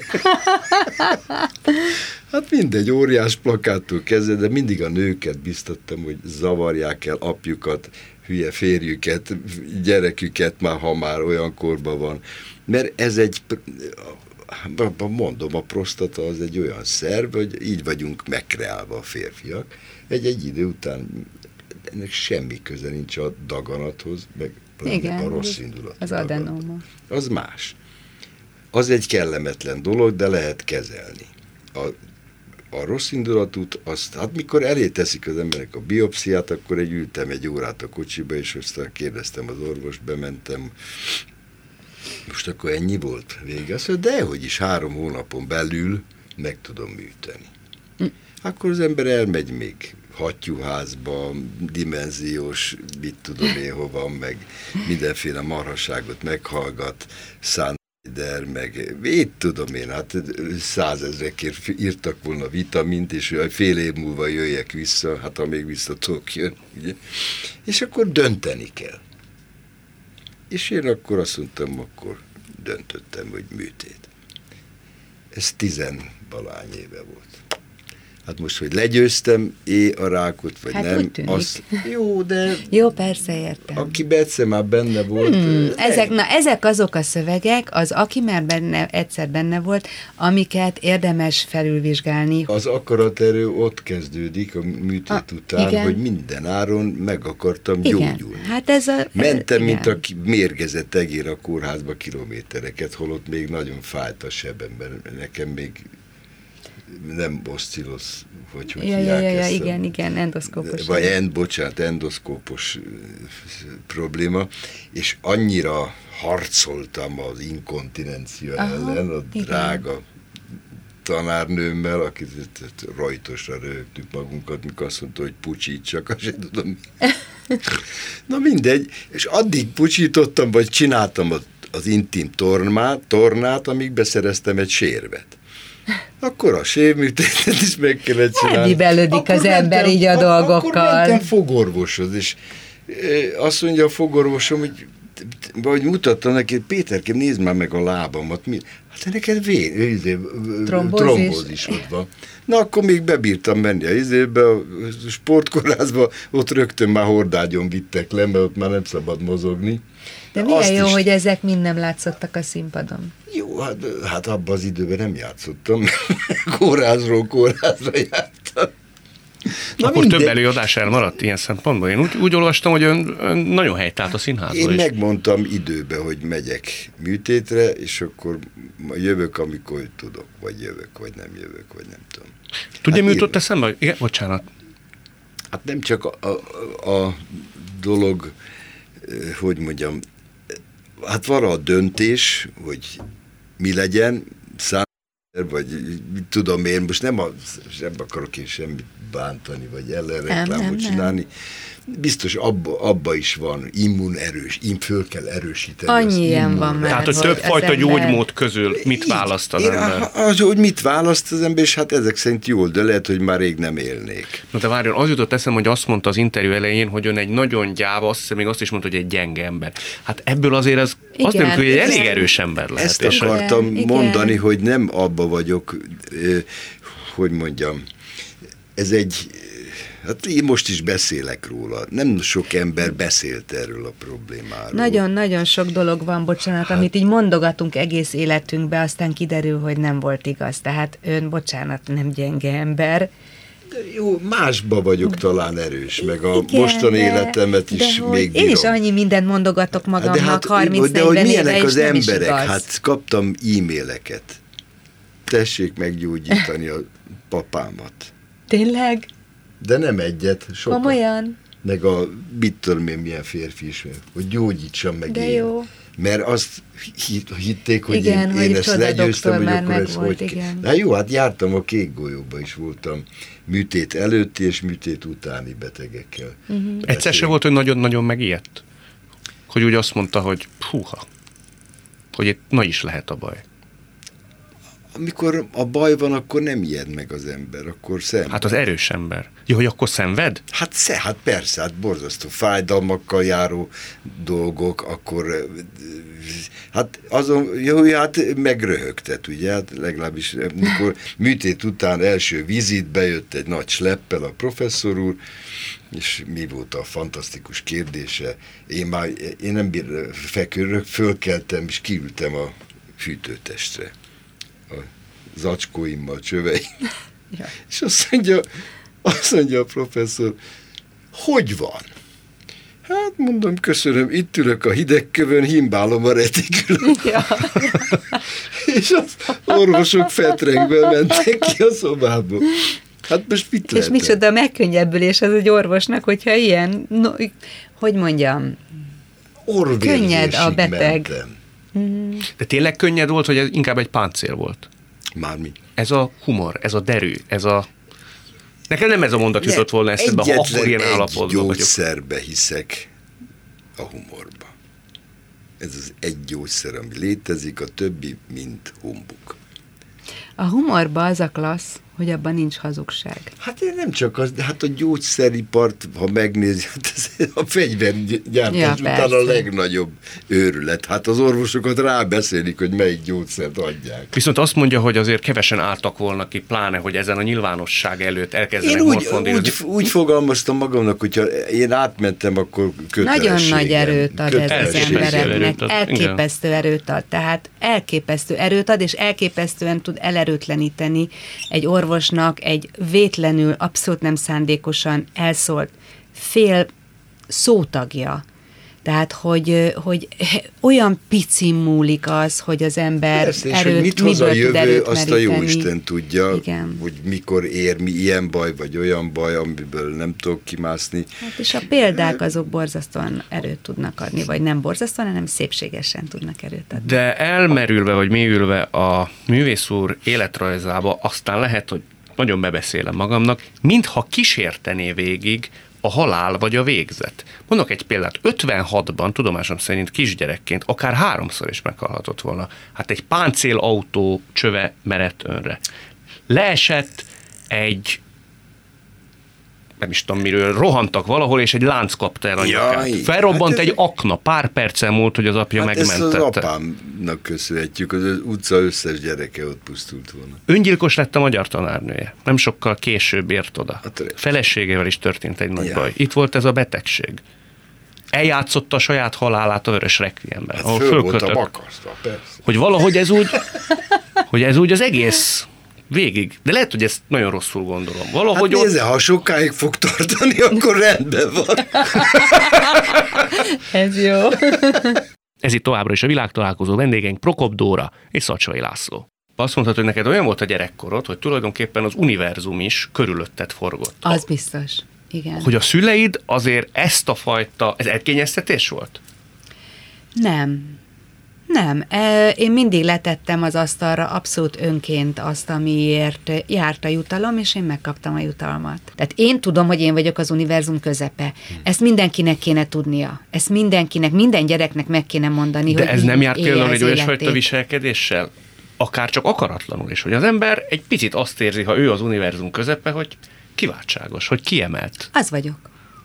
Hát mindegy, óriás plakáttól kezdve, de mindig a nőket biztattam, hogy zavarják el apjukat, hülye férjüket, gyereküket, ha már olyan korban van. Mert ez mondom, a prostata az egy olyan szerv, hogy így vagyunk megkreálva a férfiak. Egy idő után ennek semmi köze nincs a daganathoz, meg a rossz indulatú. Az adenóma. Az más. Az egy kellemetlen dolog, de lehet kezelni. A rossz indulatút, azt, hát mikor elé teszik az emberek a biopsziát, akkor ültem egy órát a kocsiba, és aztán kérdeztem az orvost, bementem, most akkor ennyi volt vége. Azt mondja, dehogy is 3 hónapon belül meg tudom műteni. Akkor az ember elmegy még hattyúházba, dimenziós, mit tudom én hova, meg mindenféle marhaságot meghallgat, Sandler, meg mit tudom én, hát 100 000-ekért írtak volna vitamint, és fél év múlva jöjjek vissza, hát ha még vissza tudok jönni, ugye? És akkor dönteni kell. És én akkor azt mondtam, akkor döntöttem, hogy műtét. Ez 10-valány éve volt. Hát most, hogy legyőztem a rákot, vagy hát nem, az jó, de... Jó, persze, értem. Aki egyszer már benne volt... Ezek azok a szövegek, aki már egyszer benne volt, amiket érdemes felülvizsgálni. Az akaraterő ott kezdődik a műtét után, igen. Hogy minden áron meg akartam gyógyulni. Hát ez mentem, igen. Mint aki mérgezett egér a kórházba kilométereket, holott még nagyon fájt a sebemben. Nekem még nem oszcilosz, vagy hogy hívják ezt. Igen, endoszkópos. Vagy endoszkópos probléma, és annyira harcoltam az inkontinencia ellen, a drága tanárnőmmel, akit rajtosra röhögtük magunkat, mikor azt mondta, hogy pucsítsak, azt sem tudom. Na mindegy, és addig pucsítottam, vagy csináltam az intim tornát, amíg beszereztem egy sérvet. Akkor a sérműtétet is meg kellett csinálni. Elbibelődik az ember így a dolgokkal. Akkor mentem fogorvoshoz, és azt mondja a fogorvosom, hogy vagy mutattam neki, Péterkém, nézd már meg a lábamat. Hát neked trombózis ott van. Na, akkor még bebírtam menni a sportkórházba, ott rögtön már hordágyon vittek le, mert ott már nem szabad mozogni. De milyen jó, hogy ezek mind nem látszottak a színpadon. Jó, hát abban az időben nem játszottam. Kórházról kórházra jártam. Na akkor több előadás elmaradt ilyen szempontból? Én úgy olvastam, hogy ön nagyon helytált a színházba is. Én megmondtam időben, hogy megyek műtétre, és akkor jövök, amikor tudok, vagy jövök, vagy nem jövök, vagy nem tudom. Tudja, mi jutott eszembe? Igen, bocsánat. Hát nem csak a dolog, hogy mondjam, hát van a döntés, hogy mi legyen, vagy tudom én, most nem akarok én semmit bántani, vagy ellenreklámot csinálni. Biztos abba is van föl kell erősíteni. Annyi ilyen van már. Tehát, hogy többfajta gyógymód közül mit választ az ember? Az, hogy mit választ az ember, és hát ezek szerint jól, de lehet, hogy már rég nem élnék. Na de várjon, az jutott eszem, hogy azt mondta az interjú elején, hogy ön egy nagyon gyáva, azt hiszem, még azt is mondta, hogy egy gyenge ember. Hát ebből azért azt nem, hogy egy elég erős ember lehet. Ezt akartam mondani, hogy nem abba vagyok, hogy mondjam, ez egy... Hát én most is beszélek róla. Nem sok ember beszélt erről a problémáról. Nagyon-nagyon sok dolog van, bocsánat, amit így mondogatunk egész életünkbe, aztán kiderül, hogy nem volt igaz. Tehát ön, bocsánat, nem gyenge ember. De jó, másba vagyok talán erős, meg a mostani életemet is még bírom. Én is annyi mindent mondogatok magamnak, 30-40 de hogy éve, milyenek az nem emberek? is igaz. Hát kaptam e-maileket. Tessék meggyógyítani a papámat. Tényleg? De nem egyet, sokat. Komolyan? Meg a mit tudom én milyen férfi is, hogy gyógyítsam meg de én. Jó. Mert azt hitték, hogy igen, én ezt legyőztem, hogy akkor ez volt, hogy... Na jó, hát jártam a Kék Golyóba is, voltam műtét előtti és műtét utáni betegekkel. Egyszer se volt, hogy nagyon-nagyon megijedt? Hogy úgy azt mondta, hogy húha, hogy itt na is lehet a baj. Amikor a baj van, akkor nem ijed meg az ember, akkor szenved. Hát az erős ember. Jó, hogy akkor szenved? Hát persze, hát borzasztó fájdalmakkal járó dolgok, akkor hát azon, jó, hát megröhögtet, ugye, hát legalábbis amikor műtét után első vizitbe jött egy nagy sleppel a professzor úr, és mi volt a fantasztikus kérdése, én nem fekürök, fölkeltem, és kiültem a fűtőtestre. Zacskóimmal, csöveim. Ja. És azt mondja a professzor, hogy van? Hát mondom, köszönöm, itt ülök a hidegkövön, himbálom a retikülöt. Ja. És az orvosok fetrengve mentek ki a szobába. Hát most mit lehet? És micsoda megkönnyebbülés az egy orvosnak, hogyha ilyen, hogy mondjam, könnyed a beteg. Mentem. De tényleg könnyed volt, hogy ez inkább egy páncél volt? Mármi? ez a humor, ez a derű, ez a... Nekem nem ez a mondat jutott volna eszembe, ha akkor ilyen állapotban vagyok. Egyetlen gyógyszerbe hiszek, a humorba. Ez az egy gyógyszer, ami létezik, a többi mind humbug. A humorba az a klassz, hogy abban nincs hazugság. Hát nem csak az, de hát a gyógyszeripart, ha megnézi, hát ez a fegyvergyártás után a legnagyobb őrület. Hát az orvosokat rábeszélik, hogy melyik gyógyszert adják. Viszont azt mondja, hogy azért kevesen álltak volna ki, pláne, hogy ezen a nyilvánosság előtt elkezdenek morfondírozni. Úgy fogalmaztam magamnak, hogyha én átmentem, akkor kötelességem. Nagyon nagy erőt ad ez az embereknek. Elképesztő erőt ad. Tehát elképesztő erőt ad, és elképesztően tud elerőtleníteni egy orvosnak egy vétlenül, abszolút nem szándékosan elszólt fél szótagja. Tehát, hogy olyan pici múlik az, hogy az ember persze, erőt, mit hoz a jövő, azt a meríteni. Jóisten tudja, Igen. hogy mikor ér mi ilyen baj, vagy olyan baj, amiből nem tudok kimászni. Hát és a példák azok borzasztóan erőt tudnak adni, vagy nem borzasztóan, hanem szépségesen tudnak erőt adni. De elmerülve, vagy mélyülve a művész úr életrajzába, aztán lehet, hogy nagyon bebeszélem magamnak, mintha kísértené végig a halál vagy a végzet. Mondok egy példát, 56-ban tudomásom szerint kisgyerekként akár 3-szor is meghalhatott volna. Hát egy páncélautó csöve merett önre. Leesett egy, nem is tudom miről, rohantak valahol, és egy lánc kapta el a nyakát. Felrobbant egy akna, pár perccel múlt, hogy az apja megmentette. Ezt az apámnak köszönhetjük, az utca összes gyereke ott pusztult volna. Öngyilkos lett a magyar tanárnője. Nem sokkal később ért oda. Feleségével is történt egy nagy baj. Itt volt ez a betegség. Eljátszotta a saját halálát a Vörös Requiemben. Hát föl volt a makasztva, persze. Hogy valahogy ez úgy az egész végig. De lehet, hogy ezt nagyon rosszul gondolom. Valahogy hát nézze, ha sokáig fog tartani, akkor rendben van. Ez jó. Ez itt továbbra is a világtalálkozó, vendégeink Prokop Dóra és Szacsvay László. Azt mondhatod, hogy neked olyan volt a gyerekkorod, hogy tulajdonképpen az univerzum is körülötted forgott. Az biztos, igen. Hogy a szüleid azért ezt a fajta, ez elkényeztetés volt? Nem. Én mindig letettem az asztalra abszolút önként azt, amiért járt a jutalom, és én megkaptam a jutalmat. Tehát én tudom, hogy én vagyok az univerzum közepe. Ezt mindenkinek kéne tudnia. Ezt mindenkinek, minden gyereknek meg kéne mondani, de hogy ez nem járt például egy olyasfajta életét. viselkedéssel? Akár csak akaratlanul is, hogy az ember egy picit azt érzi, ha ő az univerzum közepe, hogy kiváltságos, hogy kiemelt. Az vagyok.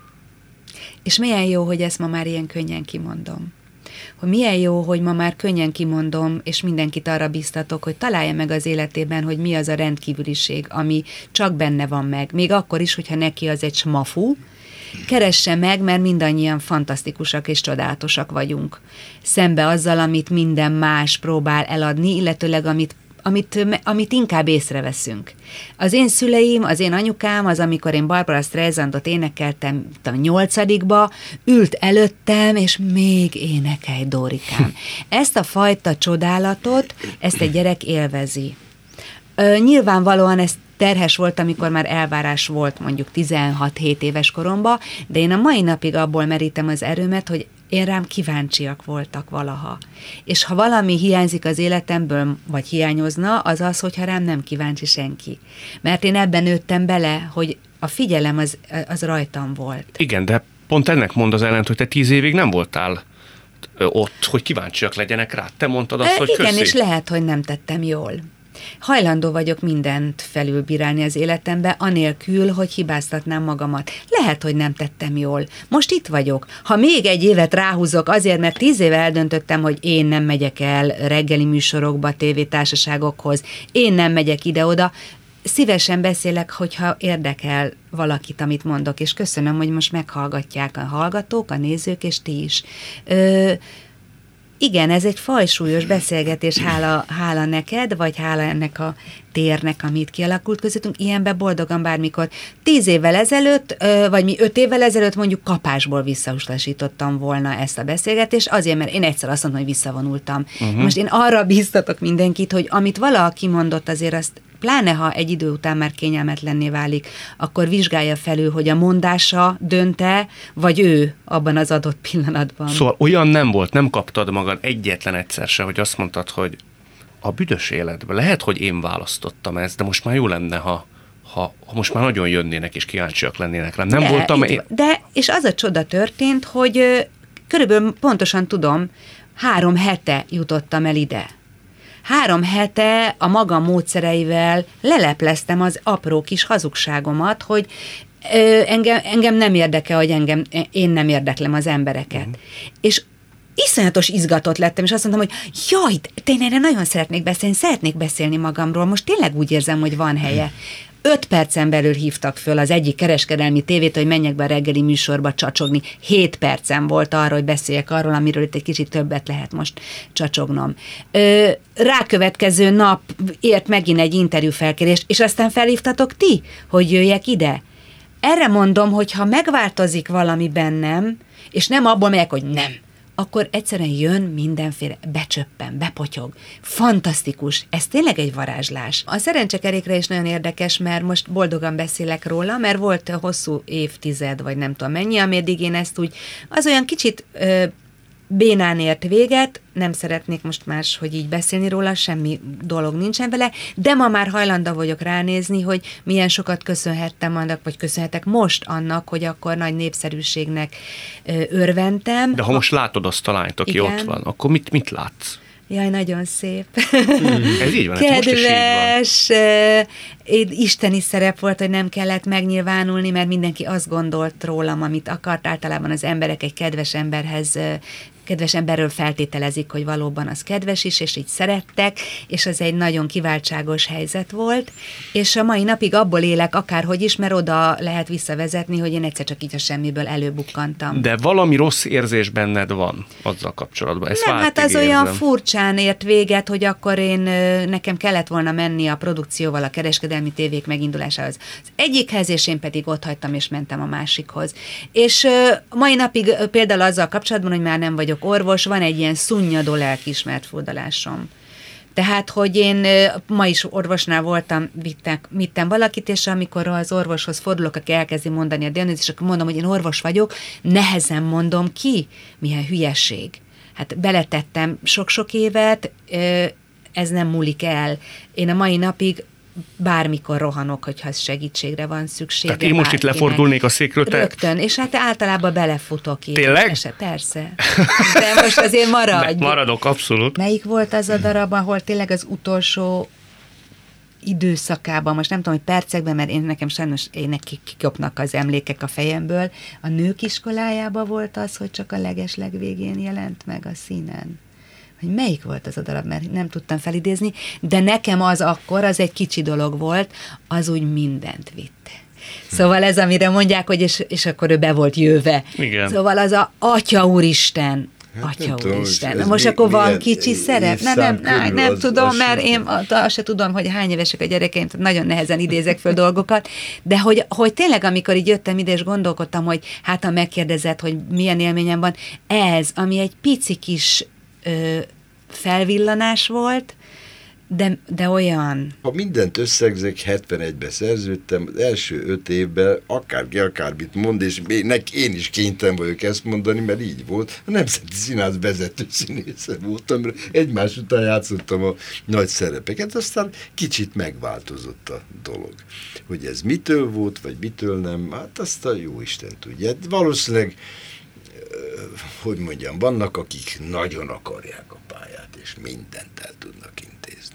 És milyen jó, hogy ezt ma már ilyen könnyen kimondom. Hogy milyen jó, hogy ma már könnyen kimondom, és mindenkit arra biztatok, hogy találja meg az életében, hogy mi az a rendkívüliség, ami csak benne van meg. Még akkor is, hogyha neki az egy smafú, keresse meg, mert mindannyian fantasztikusak és csodálatosak vagyunk. Szembe azzal, amit minden más próbál eladni, illetőleg amit inkább észreveszünk. Az én szüleim, az én anyukám, az amikor én Barbara Streisandot énekeltem a 8-ba, ült előttem, és még énekelj, Dórikám. Ezt a fajta csodálatot, ezt egy gyerek élvezi. Nyilvánvalóan ez terhes volt, amikor már elvárás volt mondjuk 16-7 éves koromban, de én a mai napig abból merítem az erőmet, hogy én rám kíváncsiak voltak valaha. És ha valami hiányzik az életemből, vagy hiányozna, az az, hogyha rám nem kíváncsi senki. Mert én ebben nőttem bele, hogy a figyelem az rajtam volt. Igen, de pont ennek mond az ellent, hogy te 10 évig nem voltál ott, hogy kíváncsiak legyenek rá. Te mondtad azt, hogy igen, köszi. és lehet, hogy nem tettem jól. Hajlandó vagyok mindent felülbírálni az életembe, anélkül, hogy hibáztatnám magamat. Lehet, hogy nem tettem jól. Most itt vagyok. Ha még egy évet ráhúzok azért, mert 10 éve eldöntöttem, hogy én nem megyek el reggeli műsorokba, tévétársaságokhoz, én nem megyek ide-oda, szívesen beszélek, hogyha érdekel valakit, amit mondok, és köszönöm, hogy most meghallgatják a hallgatók, a nézők, és ti is. Igen, ez egy fajsúlyos beszélgetés, hála neked, vagy hála ennek a térnek, amit kialakult közöttünk, ilyenben boldogan bármikor. 10 évvel ezelőtt, vagy mi 5 évvel ezelőtt mondjuk kapásból visszautasítottam volna ezt a beszélgetést, azért, mert én egyszer azt mondtam, hogy visszavonultam. Most én arra bíztatok mindenkit, hogy amit valaki mondott, azért azt pláne ha egy idő után már kényelmetlenné válik, akkor vizsgálja felül, hogy a mondása dönt-e, vagy ő abban az adott pillanatban. Szóval olyan nem volt, nem kaptad magad egyetlen egyszer se, hogy azt mondtad, hogy a büdös életben. Lehet, hogy én választottam ezt, de most már jó lenne, ha most már nagyon jönnének és kíváncsiak lennének rám. Nem voltam én... De, és az a csoda történt, hogy körülbelül pontosan tudom, 3 hete jutottam el ide. 3 hete a magam módszereivel lelepleztem az apró kis hazugságomat, hogy engem nem érdekel, hogy én nem érdeklem az embereket. És iszonyatos izgatott lettem, és azt mondtam, hogy jaj, de én erre nagyon szeretnék beszélni magamról, most tényleg úgy érzem, hogy van helye. 5 percen belül hívtak föl az egyik kereskedelmi tévét, hogy menjek be a reggeli műsorba csacsogni. 7 percem volt arra, hogy beszéljek arról, amiről itt egy kicsit többet lehet most csacsognom. Rákövetkező nap ért megint egy interjúfelkérést, és aztán felhívtatok ti, hogy jöjjek ide. Erre mondom, hogy ha megváltozik valami bennem, és nem abból megyek, hogy nem, akkor egyszerűen jön mindenféle, becsöppen, bepotyog. Fantasztikus, ez tényleg egy varázslás. A szerencsekerékre is nagyon érdekes, mert most boldogan beszélek róla, mert volt hosszú évtized, vagy nem tudom mennyi, ameddig én ezt úgy, az olyan kicsit bénán ért véget, nem szeretnék most más, hogy így beszélni róla, semmi dolog nincsen vele, de ma már hajlandó vagyok ránézni, hogy milyen sokat köszönhettem annak, vagy köszönhetek most annak, hogy akkor nagy népszerűségnek örventem. De ha most látod azt a lányt, aki ott van, akkor mit látsz? Jaj, nagyon szép. Ez így van, kedves, isteni szerep volt, hogy nem kellett megnyilvánulni, mert mindenki azt gondolt rólam, amit akart. Általában az emberek egy kedves emberről feltételezik, hogy valóban az kedves is, és így szerettek, és az egy nagyon kiváltságos helyzet volt, és a mai napig abból élek akárhogy is, mert oda lehet visszavezetni, hogy én egyszer csak így a semmiből előbukkantam. De valami rossz érzés benned van azzal kapcsolatban. Ezt nem, hát az érzem. olyan furcsán ért véget, hogy akkor nekem kellett volna menni a produkcióval a kereskedelmi tévék megindulásához az egyikhez, és én pedig ott hagytam, és mentem a másikhoz. És mai napig például azzal kapcsolatban, hogy már nem vagyok orvos, van egy ilyen szunnyadó lelkiismert furdalásom. Tehát, hogy én ma is orvosnál voltam, vittem valakit, és amikor az orvoshoz fordulok, aki elkezdi mondani a diagnózist, akkor mondom, hogy én orvos vagyok, nehezen mondom ki, milyen hülyeség. Hát beletettem sok-sok évet, ez nem múlik el. Én a mai napig bármikor rohanok, hogyha segítségre van szüksége. Tehát én most itt lefordulnék a székről. Rögtön, és hát általában belefutok. Tényleg? Persze. De most azért maradj. Maradok, abszolút. Melyik volt az a darab, ahol tényleg az utolsó időszakában, most nem tudom, hogy percekben, mert nekem sajnos kikopnak az emlékek a fejemből, a nők iskolájában volt az, hogy csak a legeslegvégén jelent meg a színen. Hogy melyik volt az a darab, mert nem tudtam felidézni, de nekem az egy kicsi dolog volt, az úgy mindent vitte. Szóval ez, amire mondják, hogy és akkor ő be volt jöve. Igen. Szóval az a Atya Úristen, Atya Úristen. Most akkor van kicsi szerep? Nem tudom, mert én azt se tudom, hogy hány évesek a gyerekeim, nagyon nehezen idézek föl dolgokat, de hogy tényleg, amikor így jöttem ide, és gondolkodtam, hogy hát ha megkérdezed, hogy milyen élményem van, ez, ami egy pici kis felvillanás volt, de olyan. Ha mindent összegzek, 71-ben szerződtem, az első 5 évben akármit mond, és én is kénytelen vagyok ezt mondani, mert így volt. A Nemzeti Színház vezető színésze voltam, egymás után játszottam a nagy szerepeket, aztán kicsit megváltozott a dolog. Hogy ez mitől volt, vagy mitől nem, hát azt a jóisten tudja. Valószínűleg hogy mondjam, vannak, akik nagyon akarják a pályát, és mindent el tudnak intézni.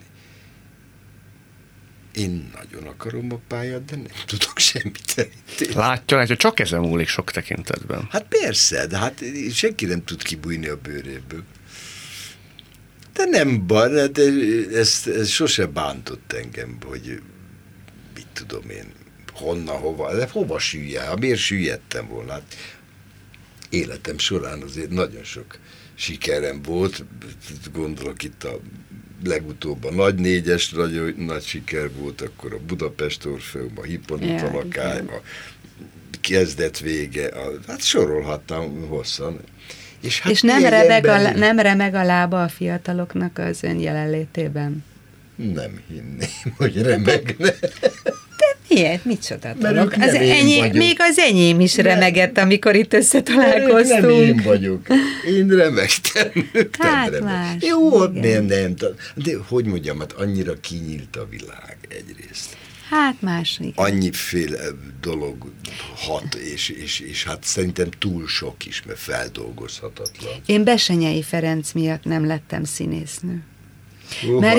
Én nagyon akarom a pályát, de nem tudok semmit elintézni. Látja, csak ezen múlik sok tekintetben. Hát persze, de hát senki nem tud kibújni a bőréből. De nem baj, de ez sose bántott engem, hogy mit tudom én, hova süllyed, miért süllyedtem volna. Hát életem során azért nagyon sok sikerem volt, gondolok itt a legutóbb a Nagy Négyes, nagyon nagy siker volt, akkor a Budapest Orfeum, a Hippolyta lakály, a kezdet vége, hát sorolhattam hosszan. És nem remeg a lába a fiataloknak az ön jelenlétében? Nem hinném, hogy remegne. De Miért? Micsoda dolog? Még az enyém is remegett, amikor itt összetalálkoztunk. Nem én vagyok. Én remegtem. Hát más. Jó, nem. De hogy mondjam, hát annyira kinyílt a világ egyrészt. Hát másik. Annyiféle dolog hat, és hát szerintem túl sok is, mert feldolgozhatatlan. Én Bessenyei Ferenc miatt nem lettem színésznő. Mert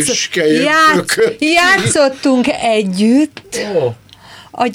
játszottunk együtt. A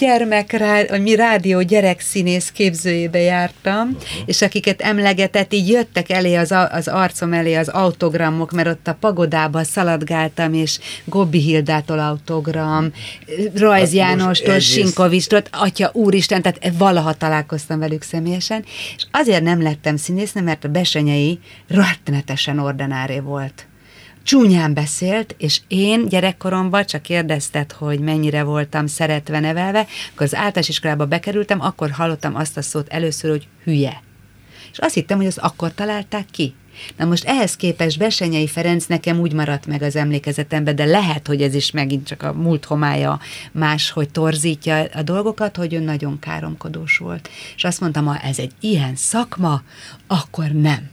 mi rádió gyerekszínész képzőjébe jártam, és akiket emlegetett, így jöttek elé az arcom elé az autogramok, mert ott a pagodába szaladgáltam, és Gobbi Hildától autogram, Rajz Jánostól, Sinkovistól, Atya Úristen, tehát valaha találkoztam velük személyesen, és azért nem lettem színésznő, mert a Bessenyei rettenetesen ordinári volt. Csúnyán beszélt, és én gyerekkoromban csak kérdezted, hogy mennyire voltam szeretve nevelve, akkor az általános iskolába bekerültem, akkor hallottam azt a szót először, hogy hülye. És azt hittem, hogy azt akkor találták ki. Na most ehhez képest Bessenyei Ferenc nekem úgy maradt meg az emlékezetemben, de lehet, hogy ez is megint csak a múlt homályja máshogy torzítja a dolgokat, hogy ő nagyon káromkodós volt. És azt mondtam, ha ez egy ilyen szakma, akkor nem.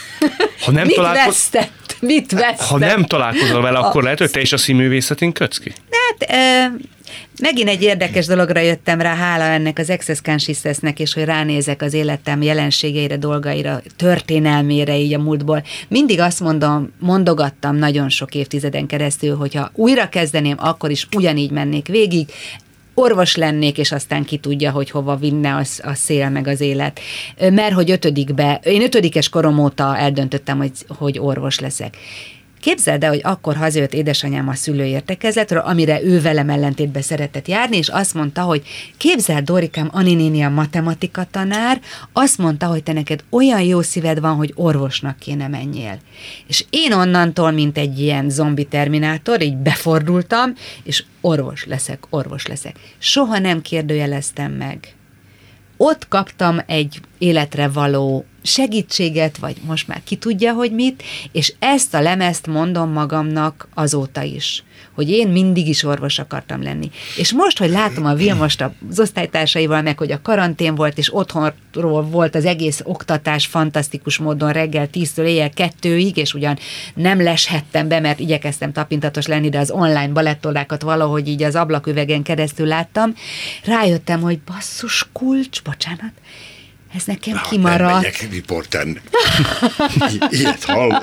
Ha nem Mit vesztett? Ha nem találkozol vele, akkor lehet, hogy te is a színművészetén kötsz ki? Hát, megint egy érdekes dologra jöttem rá, hála ennek az Access Consciousness-nek, és hogy ránézek az életem jelenségeire, dolgaira, történelmére így a múltból. Mindig azt mondogattam nagyon sok évtizeden keresztül, hogyha újra kezdeném, akkor is ugyanígy mennék végig, orvos lennék, és aztán ki tudja, hogy hova vinne a szél meg az élet. Mert hogy én 5. korom óta eldöntöttem, hogy orvos leszek. Képzeld el, hogy akkor hazajött édesanyám a szülőértekezletről, amire ő velem ellentétben szeretett járni, és azt mondta, hogy képzeld, Dorikám, Ani néni a matematika tanár, azt mondta, hogy te neked olyan jó szíved van, hogy orvosnak kéne menjél. És én onnantól, mint egy ilyen zombi terminátor, így befordultam, és orvos leszek. Soha nem kérdőjeleztem meg. Ott kaptam egy életre való segítséget, vagy most már ki tudja, hogy mit, és ezt a lemezt mondom magamnak azóta is, hogy én mindig is orvos akartam lenni. És most, hogy látom a Vilmost az osztálytársaival, meg hogy a karantén volt, és otthonról volt az egész oktatás fantasztikus módon reggel 10-től éjjel 2-ig, és ugyan nem leshettem be, mert igyekeztem tapintatos lenni, de az online balettolákat valahogy így az ablaküvegen keresztül láttam, rájöttem, hogy basszus kulcs, bocsánat, ez nekem kimaradt. Nem megyek riportern. Ilyet hall.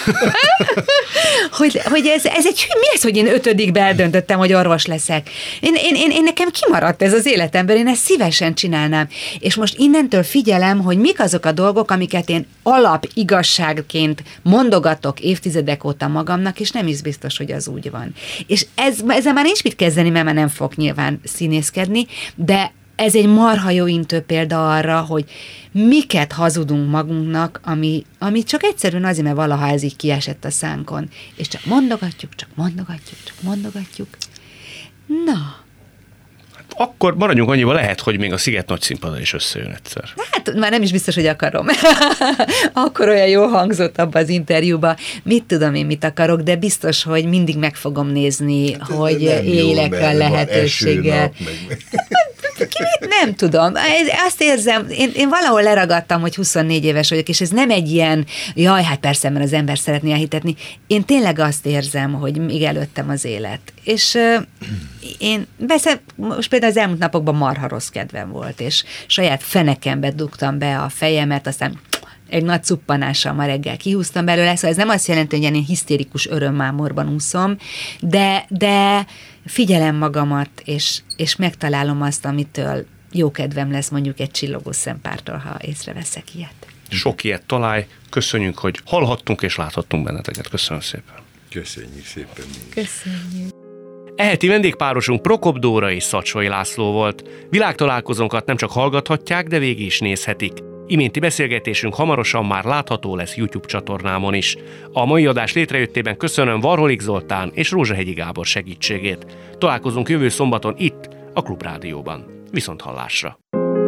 hogy ez egy, mi ez, hogy én 5-be eldöntöttem, hogy orvos leszek? Én nekem kimaradt ez az életemben, én ezt szívesen csinálnám. És most innentől figyelem, hogy mik azok a dolgok, amiket én alapigazságként mondogatok évtizedek óta magamnak, és nem is biztos, hogy az úgy van. És ezzel már nincs mit kezdeni, mert már nem fog nyilván színészkedni, de ez egy marha jó intő példa arra, hogy miket hazudunk magunknak, ami csak egyszerűen azért, mert valaha ez így kiesett a szánkon. És csak mondogatjuk. Na. Akkor maradjunk annyival, lehet, hogy még a Sziget Nagyszínpadon is összejön egyszer. Hát már nem is biztos, hogy akarom. Akkor olyan jól hangzott abban az interjúban. Mit tudom én, mit akarok, de biztos, hogy mindig meg fogom nézni, hát hogy élek a lehetőséggel. Nem tudom. Azt érzem, én valahol leragadtam, hogy 24 éves vagyok, és ez nem egy ilyen, jaj, hát persze, mert az ember szeretné elhitetni. Én tényleg azt érzem, hogy még előttem az élet. És én most például az elmúlt napokban marha rossz kedvem volt, és saját fenekembe dugtam be a fejemet, aztán egy nagy cuppanással ma reggel kihúztam belőle, szóval ez nem azt jelenti, hogy én hisztérikus örömmámorban úszom, de figyelem magamat, és megtalálom azt, amitől jó kedvem lesz mondjuk egy csillogó szempártól, ha észreveszek ilyet. Sok ilyet találj, köszönjük, hogy hallhattunk és láthattunk benneteket. Köszönöm szépen. Köszönjük szépen. Köszönjük. Eheti vendégpárosunk Prokop Dóra és Szacsai László volt. Világtalálkozónkat nem csak hallgathatják, de végig is nézhetik. Iménti beszélgetésünk hamarosan már látható lesz YouTube csatornámon is. A mai adás létrejöttében köszönöm Varholik Zoltán és Rózsahegyi Gábor segítségét. Találkozunk jövő szombaton itt, a Klubrádióban. Viszonthallásra!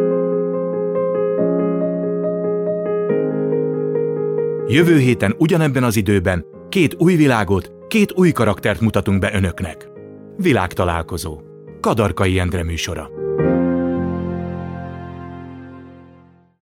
Jövő héten ugyanebben az időben 2 új világot, 2 új karaktert mutatunk be önöknek. Világtalálkozó. Kadarkai Endre műsora.